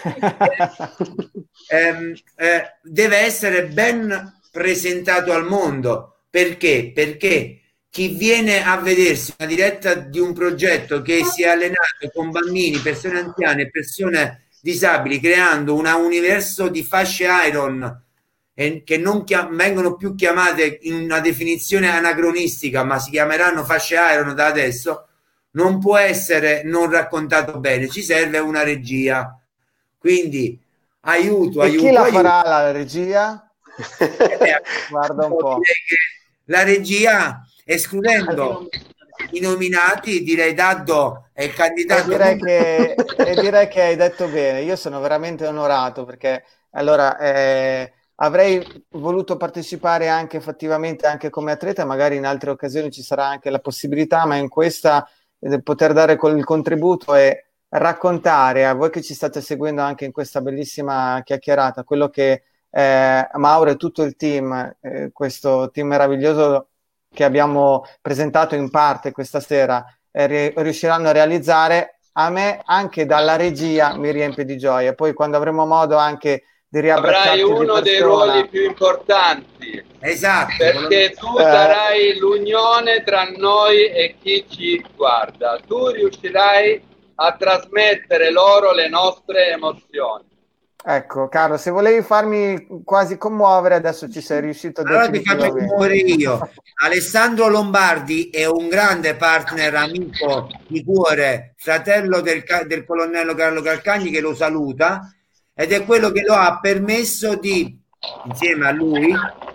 deve essere ben presentato al mondo. Perché? Perché chi viene a vedersi una diretta di un progetto che si è allenato con bambini, persone anziane e persone disabili, creando un universo di fasce Iron che non vengono più chiamate in una definizione anacronistica, ma si chiameranno fasce Iron da adesso, non può essere non raccontato bene, ci serve una regia. Quindi aiuto. Chi la farà la regia? Guarda un po'. La regia, escludendo i nominati, direi Daddo è il candidato. E direi che hai detto bene. Io sono veramente onorato perché allora avrei voluto partecipare anche effettivamente anche come atleta, magari in altre occasioni ci sarà anche la possibilità, ma in questa poter dare il contributo e raccontare a voi che ci state seguendo anche in questa bellissima chiacchierata quello che Mauro e tutto il team, questo team meraviglioso che abbiamo presentato in parte questa sera, riusciranno a realizzare. A me anche dalla regia mi riempie di gioia. Poi quando avremo modo anche di riabbracciarci, avrai uno dei ruoli più importanti, esatto, perché tu sarai l'unione tra noi e chi ci guarda. Tu riuscirai a trasmettere loro le nostre emozioni. Ecco, Carlo, se volevi farmi quasi commuovere, adesso ci sei riuscito. Allora ti faccio commuovere io. Alessandro Lombardi è un grande partner, amico di cuore, fratello del colonnello Carlo Calcagni, che lo saluta, ed è quello che lo ha permesso di, insieme a lui,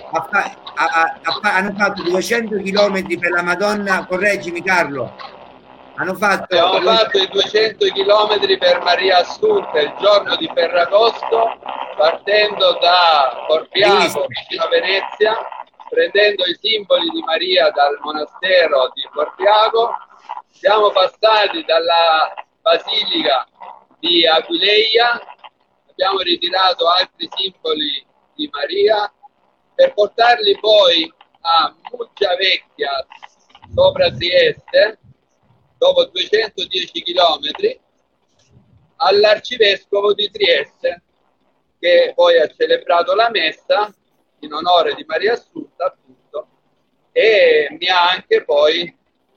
hanno fatto 200 chilometri per la Madonna, correggimi Carlo, abbiamo fatto i 200 chilometri per Maria Assunta il giorno di Ferragosto, partendo da Corpiago vicino a Venezia, prendendo i simboli di Maria dal monastero di Corpiago. Siamo passati dalla basilica di Aquileia, abbiamo ritirato altri simboli di Maria per portarli poi a Muggiavecchia sopra Trieste, dopo 210 chilometri, all'arcivescovo di Trieste, che poi ha celebrato la messa in onore di Maria Assunta, appunto, e mi ha anche poi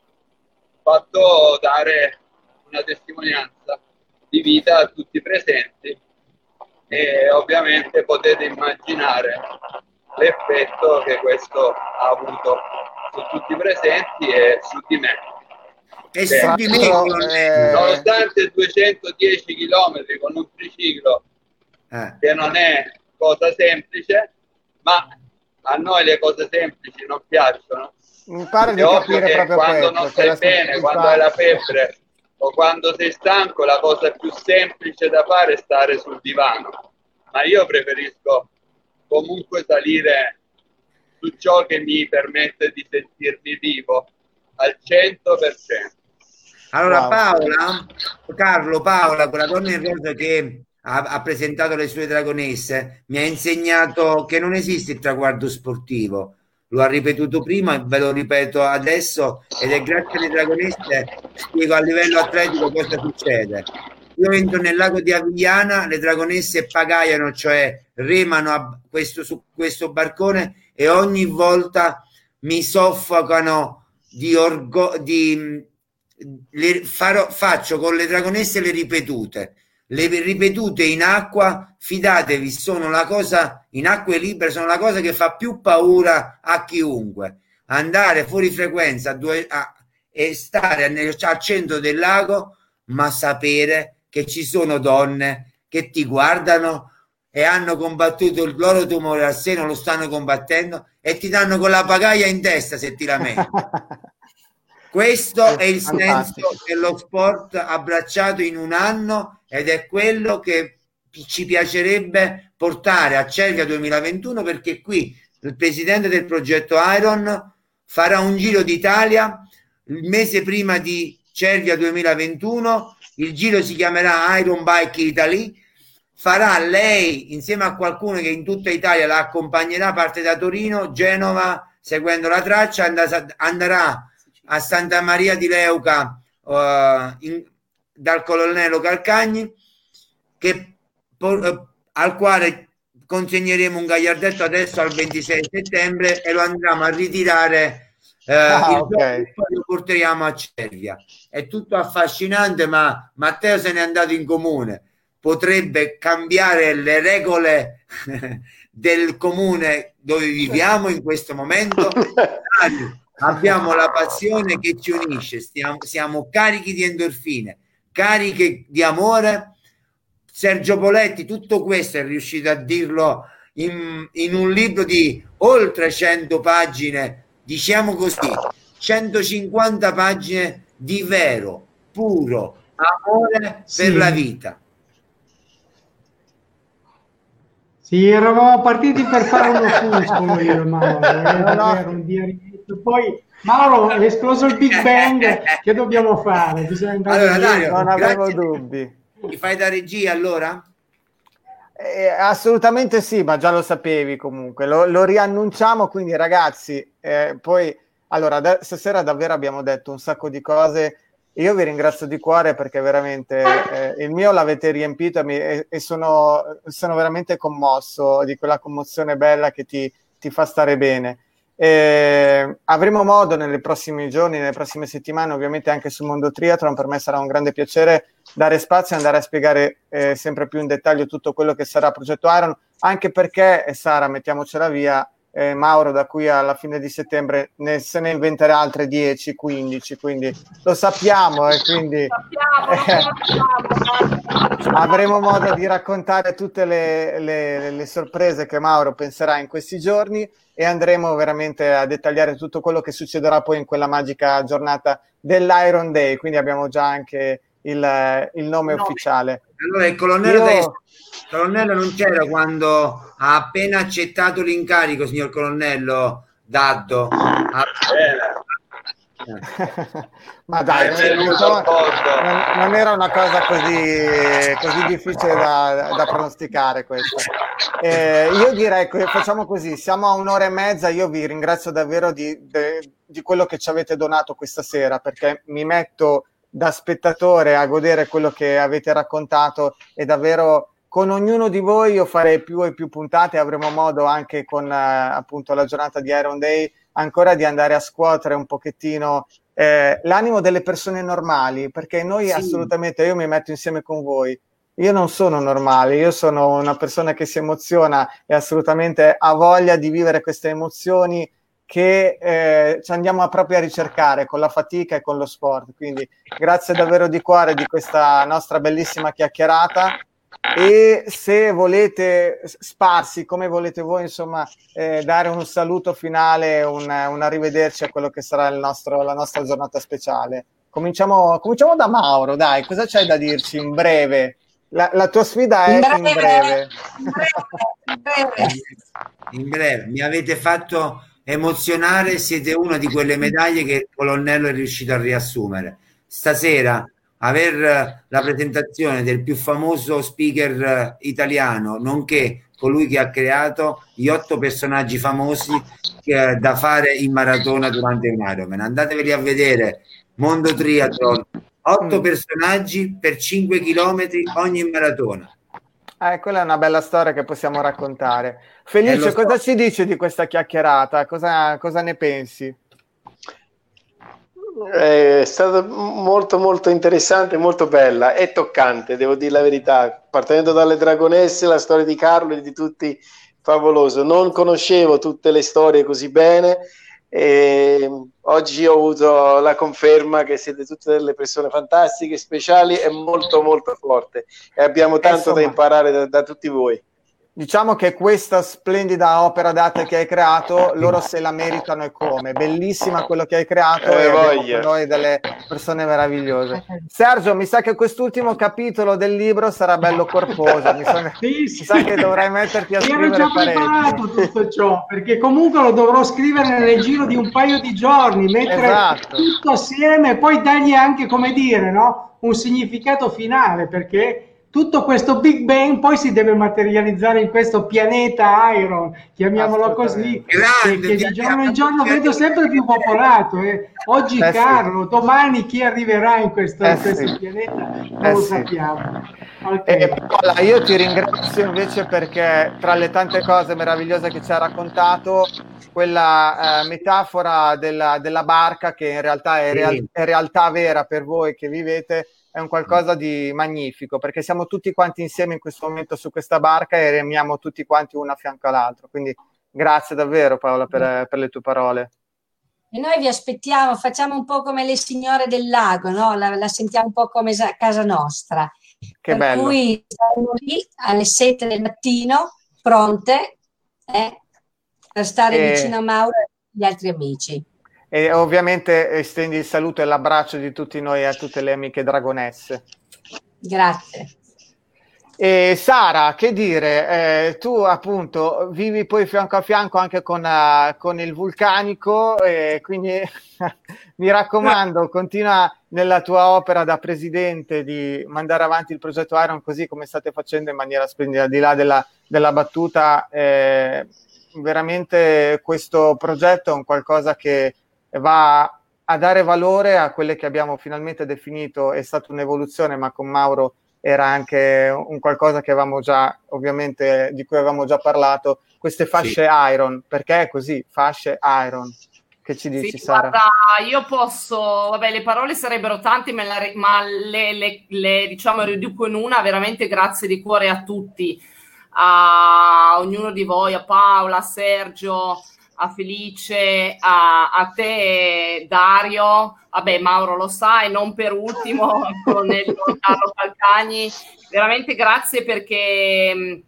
fatto dare una testimonianza di vita a tutti i presenti, e ovviamente potete immaginare l'effetto che questo ha avuto su tutti i presenti e su di me. E su di me, nonostante 210 chilometri con un triciclo, che non è cosa semplice, ma a noi le cose semplici non piacciono. Mi pare di capire proprio quando questo, non stai bene, quando hai la febbre o quando sei stanco, la cosa più semplice da fare è stare sul divano, ma io preferisco comunque salire su ciò che mi permette di sentirmi vivo al 100%. Allora Paola, quella donna in rosa che ha presentato le sue dragonesse, mi ha insegnato che non esiste il traguardo sportivo. Lo ha ripetuto prima e ve lo ripeto adesso, ed è grazie alle dragonesse spiego a livello atletico cosa succede. Io entro nel lago di Avigliana, le dragonesse pagaiano, cioè remano su questo barcone, e ogni volta mi soffocano faccio con le dragonesse le ripetute in acqua. Fidatevi, sono la cosa, in acque libere, sono la cosa che fa più paura a chiunque. Andare fuori frequenza e stare al centro del lago, ma sapere che ci sono donne che ti guardano e hanno combattuto il loro tumore al seno, lo stanno combattendo, e ti danno con la pagaia in testa se ti lamenti. Questo è il senso dello sport abbracciato in un anno, ed è quello che ci piacerebbe portare a Cervia 2021, perché qui il presidente del progetto Iron farà un giro d'Italia il mese prima di Cervia 2021. Il giro si chiamerà Iron Bike Italy. Farà lei insieme a qualcuno che in tutta Italia la accompagnerà, parte da Torino, Genova, seguendo la traccia, andrà a Santa Maria di Leuca dal colonnello Calcagni, al quale consegneremo un gagliardetto adesso al 26 settembre e lo andremo a ritirare poi lo porteremo a Cervia. È tutto affascinante, ma Matteo se n'è andato in comune, potrebbe cambiare le regole del comune dove viviamo in questo momento. Abbiamo la passione che ci unisce, siamo carichi di endorfine, cariche di amore. Sergio Poletti tutto questo è riuscito a dirlo in un libro di oltre 100 pagine, diciamo così, 150 pagine di vero, puro amore per la vita. Sì, eravamo partiti per fare un opuscolo io e Mauro, un diario. Poi Mauro è esploso il Big Bang, che dobbiamo fare? Bisogna andare allora, Dario, non avevo dubbi. Mi fai da regia allora? Assolutamente sì, ma già lo sapevi comunque, lo riannunciamo, quindi ragazzi, poi allora stasera davvero abbiamo detto un sacco di cose. Io vi ringrazio di cuore perché veramente il mio l'avete riempito e sono veramente commosso di quella commozione bella che ti fa stare bene. Avremo modo nei prossimi giorni, nelle prossime settimane, ovviamente anche sul mondo triathlon. Per me sarà un grande piacere dare spazio e andare a spiegare sempre più in dettaglio tutto quello che sarà Progetto Iron, anche perché, Sara, mettiamocela via, Mauro da qui alla fine di settembre se ne inventerà altre 10, 15, quindi lo sappiamo e quindi avremo modo di raccontare tutte le sorprese che Mauro penserà in questi giorni e andremo veramente a dettagliare tutto quello che succederà poi in quella magica giornata dell'Iron Day, quindi abbiamo già anche il nome ufficiale. Allora il colonnello non c'era quando ha appena accettato l'incarico, signor colonnello Daddo. Ma dai, non era una cosa così difficile da pronosticare questa. Io direi che facciamo così, siamo a 1 ora e mezza, io vi ringrazio davvero di quello che ci avete donato questa sera, perché mi metto da spettatore a godere quello che avete raccontato e davvero con ognuno di voi io farei più e più puntate, avremo modo anche con appunto la giornata di Iron Day ancora di andare a scuotere un pochettino l'animo delle persone normali, perché noi assolutamente, io mi metto insieme con voi, io non sono normale, io sono una persona che si emoziona e assolutamente ha voglia di vivere queste emozioni che ci andiamo proprio a ricercare con la fatica e con lo sport. Quindi grazie davvero di cuore di questa nostra bellissima chiacchierata, e se volete sparsi come volete voi, insomma, dare un saluto finale, un arrivederci a quello che sarà la nostra giornata speciale. Cominciamo da Mauro, dai, cosa c'hai da dirci in breve? La tua sfida è in breve. Mi avete fatto emozionare, siete una di quelle medaglie che il colonnello è riuscito a riassumere. Stasera aver la presentazione del più famoso speaker italiano, nonché colui che ha creato gli 8 personaggi famosi da fare in maratona durante un Ironman. Andateveli a vedere, Mondo Triathlon, 8 personaggi per 5 chilometri ogni maratona. Quella è una bella storia che possiamo raccontare. Felice, cosa ci dici di questa chiacchierata? Cosa ne pensi? È stata molto molto interessante, molto bella e toccante, devo dire la verità, partendo dalle Dragonesse, la storia di Carlo e di tutti, favoloso. Non conoscevo tutte le storie così bene e oggi ho avuto la conferma che siete tutte delle persone fantastiche, speciali e molto molto forti, e abbiamo tanto da imparare da tutti voi. Diciamo che questa splendida opera d'arte che hai creato, loro se la meritano e come. Bellissima quello che hai creato e abbiamo con noi delle persone meravigliose. Sergio, mi sa che quest'ultimo capitolo del libro sarà bello corposo. Mi sa che dovrai metterti a scrivere parecchio. Ero già preparato tutto ciò, perché comunque lo dovrò scrivere nel giro di un paio di giorni, mettere tutto assieme e poi dargli anche, come dire, no? Un significato finale, perché tutto questo Big Bang poi si deve materializzare in questo pianeta Iron, chiamiamolo così, che di giorno in giorno vedo sempre più popolato. Oggi Carlo, domani chi arriverà in questo pianeta non lo sappiamo. Paola, io ti ringrazio invece perché tra le tante cose meravigliose che ci ha raccontato, quella metafora della barca, che in realtà è realtà vera per voi che vivete, è un qualcosa di magnifico, perché siamo tutti quanti insieme in questo momento su questa barca e remiamo tutti quanti uno a fianco all'altro. Quindi grazie davvero Paola per le tue parole. E noi vi aspettiamo, facciamo un po' come le signore del lago, no? La sentiamo un po' come casa nostra. Che bello. Per cui siamo lì alle 7 del mattino, pronte per stare vicino a Mauro e agli altri amici. E ovviamente estendi il saluto e l'abbraccio di tutti noi a tutte le amiche dragonesse. Grazie. E Sara, che dire, tu appunto vivi poi fianco a fianco anche con il vulcanico, e quindi mi raccomando, continua nella tua opera da presidente di mandare avanti il progetto Iron così come state facendo in maniera splendida, al di là della battuta. Veramente questo progetto è un qualcosa che va a dare valore a quelle che abbiamo finalmente definito, è stata un'evoluzione, ma con Mauro era anche un qualcosa che avevamo già, ovviamente, di cui avevamo già parlato, queste fasce Iron, perché è così, fasce Iron. Che ci dici, Sara? Guarda, io posso, vabbè, le parole sarebbero tante, ma le diciamo riduco in una. Veramente grazie di cuore a tutti, a ognuno di voi, a Paola, a Sergio, a Felice, a te Dario, vabbè Mauro lo sai, non per ultimo con Carlo Calcagni. Veramente grazie, perché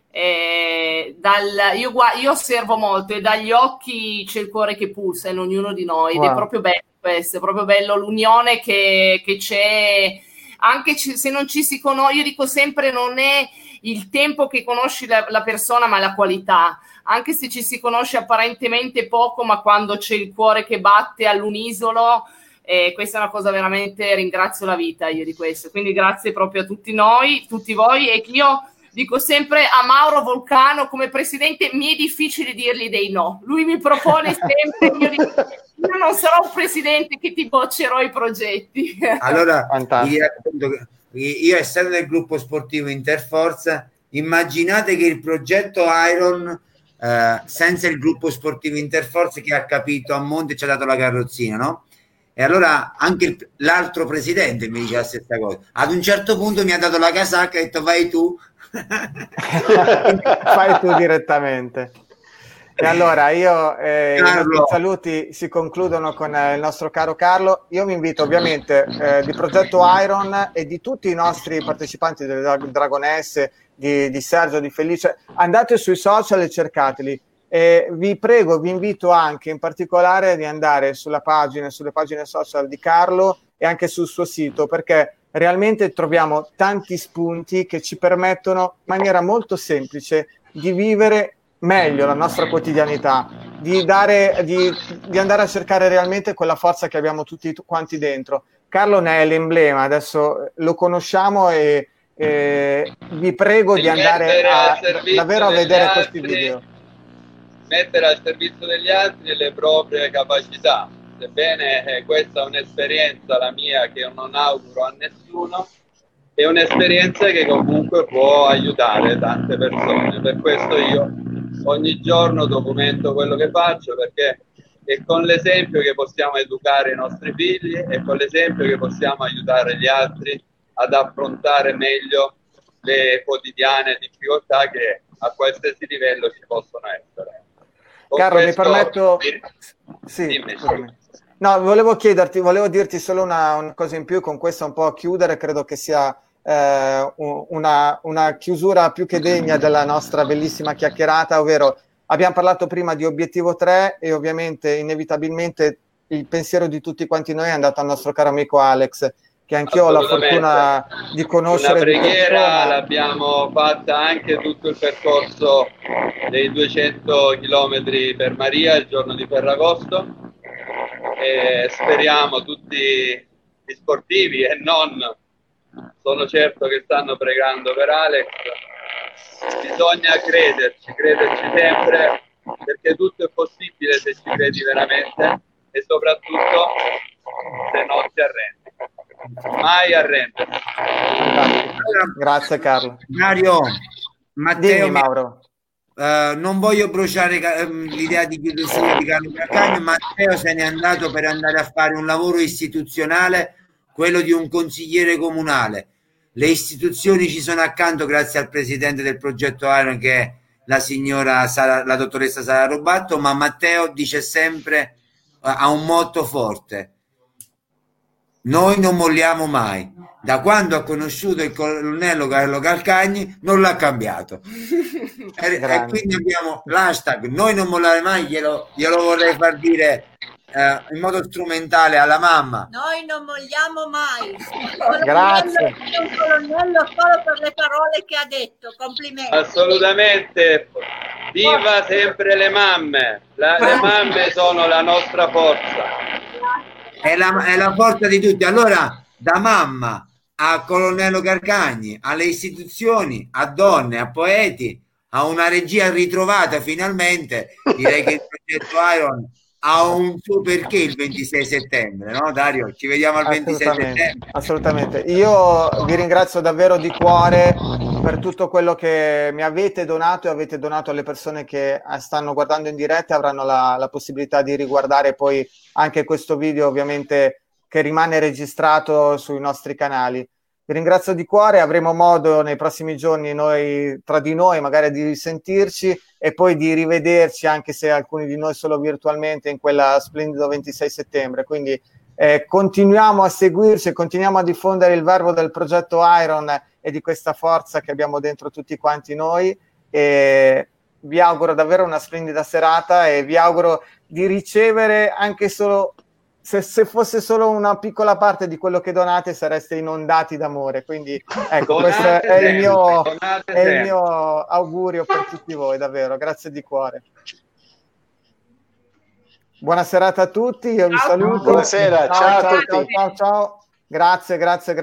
io osservo molto e dagli occhi c'è il cuore che pulsa in ognuno di noi, ed è proprio bello questo, è proprio bello l'unione che c'è, anche se non ci si conosce. Io dico sempre, non è il tempo che conosci la persona, ma la qualità. Anche se ci si conosce apparentemente poco, ma quando c'è il cuore che batte all'unisono, questa è una cosa veramente, ringrazio la vita io di questo. Quindi grazie proprio a tutti noi, tutti voi, e io dico sempre a Mauro Vulcano come presidente, mi è difficile dirgli dei no. Lui mi propone sempre, io dico, io non sarò un presidente che ti boccerò i progetti. Allora, vi racconto che io, essendo del gruppo sportivo Interforza, immaginate che il progetto Iron senza il gruppo sportivo Interforza, che ha capito a monte, ci ha dato la carrozzina, no? E allora anche l'altro presidente mi dice la stessa cosa. Ad un certo punto mi ha dato la casacca e ha detto vai tu. Fai tu direttamente. E allora io i nostri saluti si concludono con il nostro caro Carlo. Io vi invito ovviamente di Progetto Iron e di tutti i nostri partecipanti delle Dragonesse, di Sergio, di Felice, andate sui social e cercateli. E vi prego, vi invito anche in particolare di andare sulle pagine social di Carlo e anche sul suo sito, perché realmente troviamo tanti spunti che ci permettono in maniera molto semplice di vivere meglio la nostra quotidianità, di andare a cercare realmente quella forza che abbiamo tutti quanti dentro. Carlo ne è l'emblema, adesso lo conosciamo e vi prego di andare davvero a vedere questi video. Mettere al servizio degli altri le proprie capacità. Sebbene questa è un'esperienza, la mia, che non auguro a nessuno, è un'esperienza che comunque può aiutare tante persone. Per questo io ogni giorno documento quello che faccio, perché è con l'esempio che possiamo educare i nostri figli, è con l'esempio che possiamo aiutare gli altri ad affrontare meglio le quotidiane difficoltà che a qualsiasi livello ci possono essere. Carlo, mi permetto... Sì, no, volevo dirti solo una cosa in più, con questo un po' a chiudere, credo che sia una chiusura più che degna della nostra bellissima chiacchierata, ovvero abbiamo parlato prima di Obiettivo 3 e ovviamente inevitabilmente il pensiero di tutti quanti noi è andato al nostro caro amico Alex, che anch'io ho la fortuna di conoscere. Una preghiera l'abbiamo fatta anche tutto il percorso dei 200 chilometri per Maria il giorno di Ferragosto, e speriamo tutti gli sportivi e non sono certo che stanno pregando per Alex. Bisogna crederci sempre, perché tutto è possibile se ci credi veramente e soprattutto se non ti arrendi. Mai arrendersi. Grazie Carlo. Matteo, dimmi, Mauro. Non voglio bruciare l'idea di chiusura di Carlo Calcagno. Matteo se n'è andato per andare a fare un lavoro istituzionale, quello di un consigliere comunale. Le istituzioni ci sono accanto grazie al presidente del progetto Iron, che è la dottoressa Sara Rubatto, ma Matteo dice sempre, ha un motto forte: noi non molliamo mai. Da quando ha conosciuto il colonnello Carlo Calcagni non l'ha cambiato. E quindi abbiamo l'hashtag noi non mollare mai, glielo vorrei far dire in modo strumentale alla mamma. Noi non molliamo mai. Grazie. Un colonnello solo per le parole che ha detto. Complimenti. Assolutamente. Viva sempre le mamme. Le mamme sono la nostra forza. È la forza di tutti. Allora, da mamma a colonnello Calcagni, alle istituzioni, a donne, a poeti, a una regia ritrovata finalmente, direi che il progetto Iron ha un suo perché il 26 settembre, no Dario? Ci vediamo al 26 settembre. Assolutamente. Io vi ringrazio davvero di cuore per tutto quello che mi avete donato e avete donato alle persone che stanno guardando in diretta e avranno la possibilità di riguardare poi anche questo video, ovviamente, che rimane registrato sui nostri canali. Vi ringrazio di cuore, avremo modo nei prossimi giorni tra di noi magari di risentirci e poi di rivederci, anche se alcuni di noi solo virtualmente, in quella splendido 26 settembre. Quindi continuiamo a seguirci, continuiamo a diffondere il verbo del progetto Iron e di questa forza che abbiamo dentro tutti quanti noi, e vi auguro davvero una splendida serata e vi auguro di ricevere anche solo... Se fosse solo una piccola parte di quello che donate, sareste inondati d'amore. Quindi ecco, questo è il mio augurio per tutti voi, davvero. Grazie di cuore. Buona serata a tutti, io vi saluto. Buonasera, ciao a tutti. Ciao. Grazie.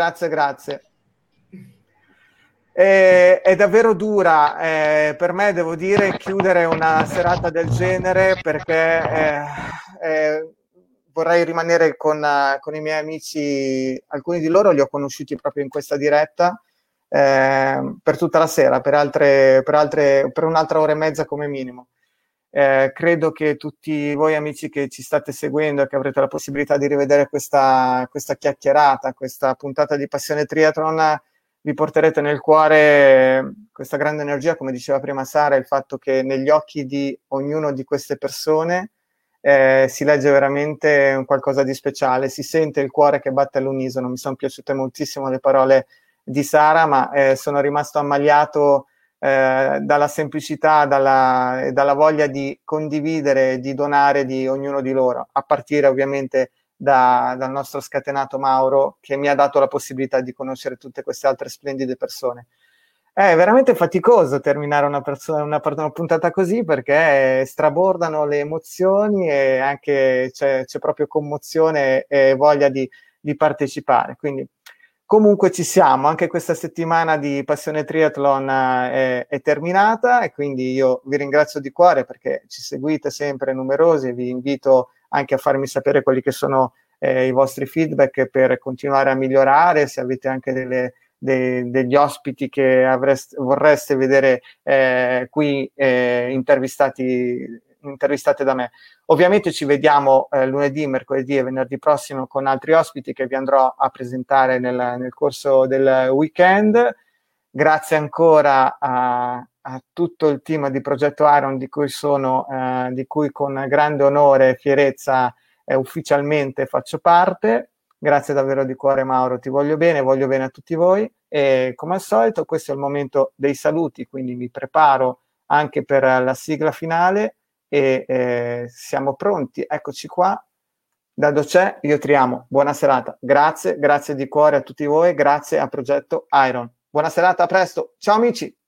È davvero dura per me, devo dire, chiudere una serata del genere, perché vorrei rimanere con i miei amici. Alcuni di loro li ho conosciuti proprio in questa diretta per tutta la sera, per un'altra ora e mezza come minimo. Credo che tutti voi amici che ci state seguendo e che avrete la possibilità di rivedere questa chiacchierata, questa puntata di Passione Triathlon, vi porterete nel cuore questa grande energia, come diceva prima Sara, il fatto che negli occhi di ognuno di queste persone si legge veramente un qualcosa di speciale, si sente il cuore che batte all'unisono. Mi sono piaciute moltissimo le parole di Sara, ma sono rimasto ammaliato dalla semplicità, dalla voglia di condividere, di donare di ognuno di loro, a partire ovviamente dal nostro scatenato Mauro, che mi ha dato la possibilità di conoscere tutte queste altre splendide persone. È veramente faticoso terminare una puntata così, perché strabordano le emozioni e anche c'è proprio commozione e voglia di partecipare. Quindi comunque ci siamo, anche questa settimana di Passione Triathlon è terminata, e quindi io vi ringrazio di cuore perché ci seguite sempre numerosi, e vi invito anche a farmi sapere quelli che sono i vostri feedback per continuare a migliorare, se avete anche degli ospiti che vorreste vedere qui intervistate da me. Ovviamente ci vediamo lunedì, mercoledì e venerdì prossimo con altri ospiti che vi andrò a presentare nel corso del weekend. Grazie ancora a tutto il team di Progetto Iron, di cui con grande onore e fierezza ufficialmente faccio parte. Grazie davvero di cuore, Mauro, ti voglio bene a tutti voi, e come al solito questo è il momento dei saluti, quindi mi preparo anche per la sigla finale e siamo pronti. Eccoci qua, da Docè io ti amo, buona serata, grazie di cuore a tutti voi, grazie a Progetto Iron, buona serata, a presto, ciao amici!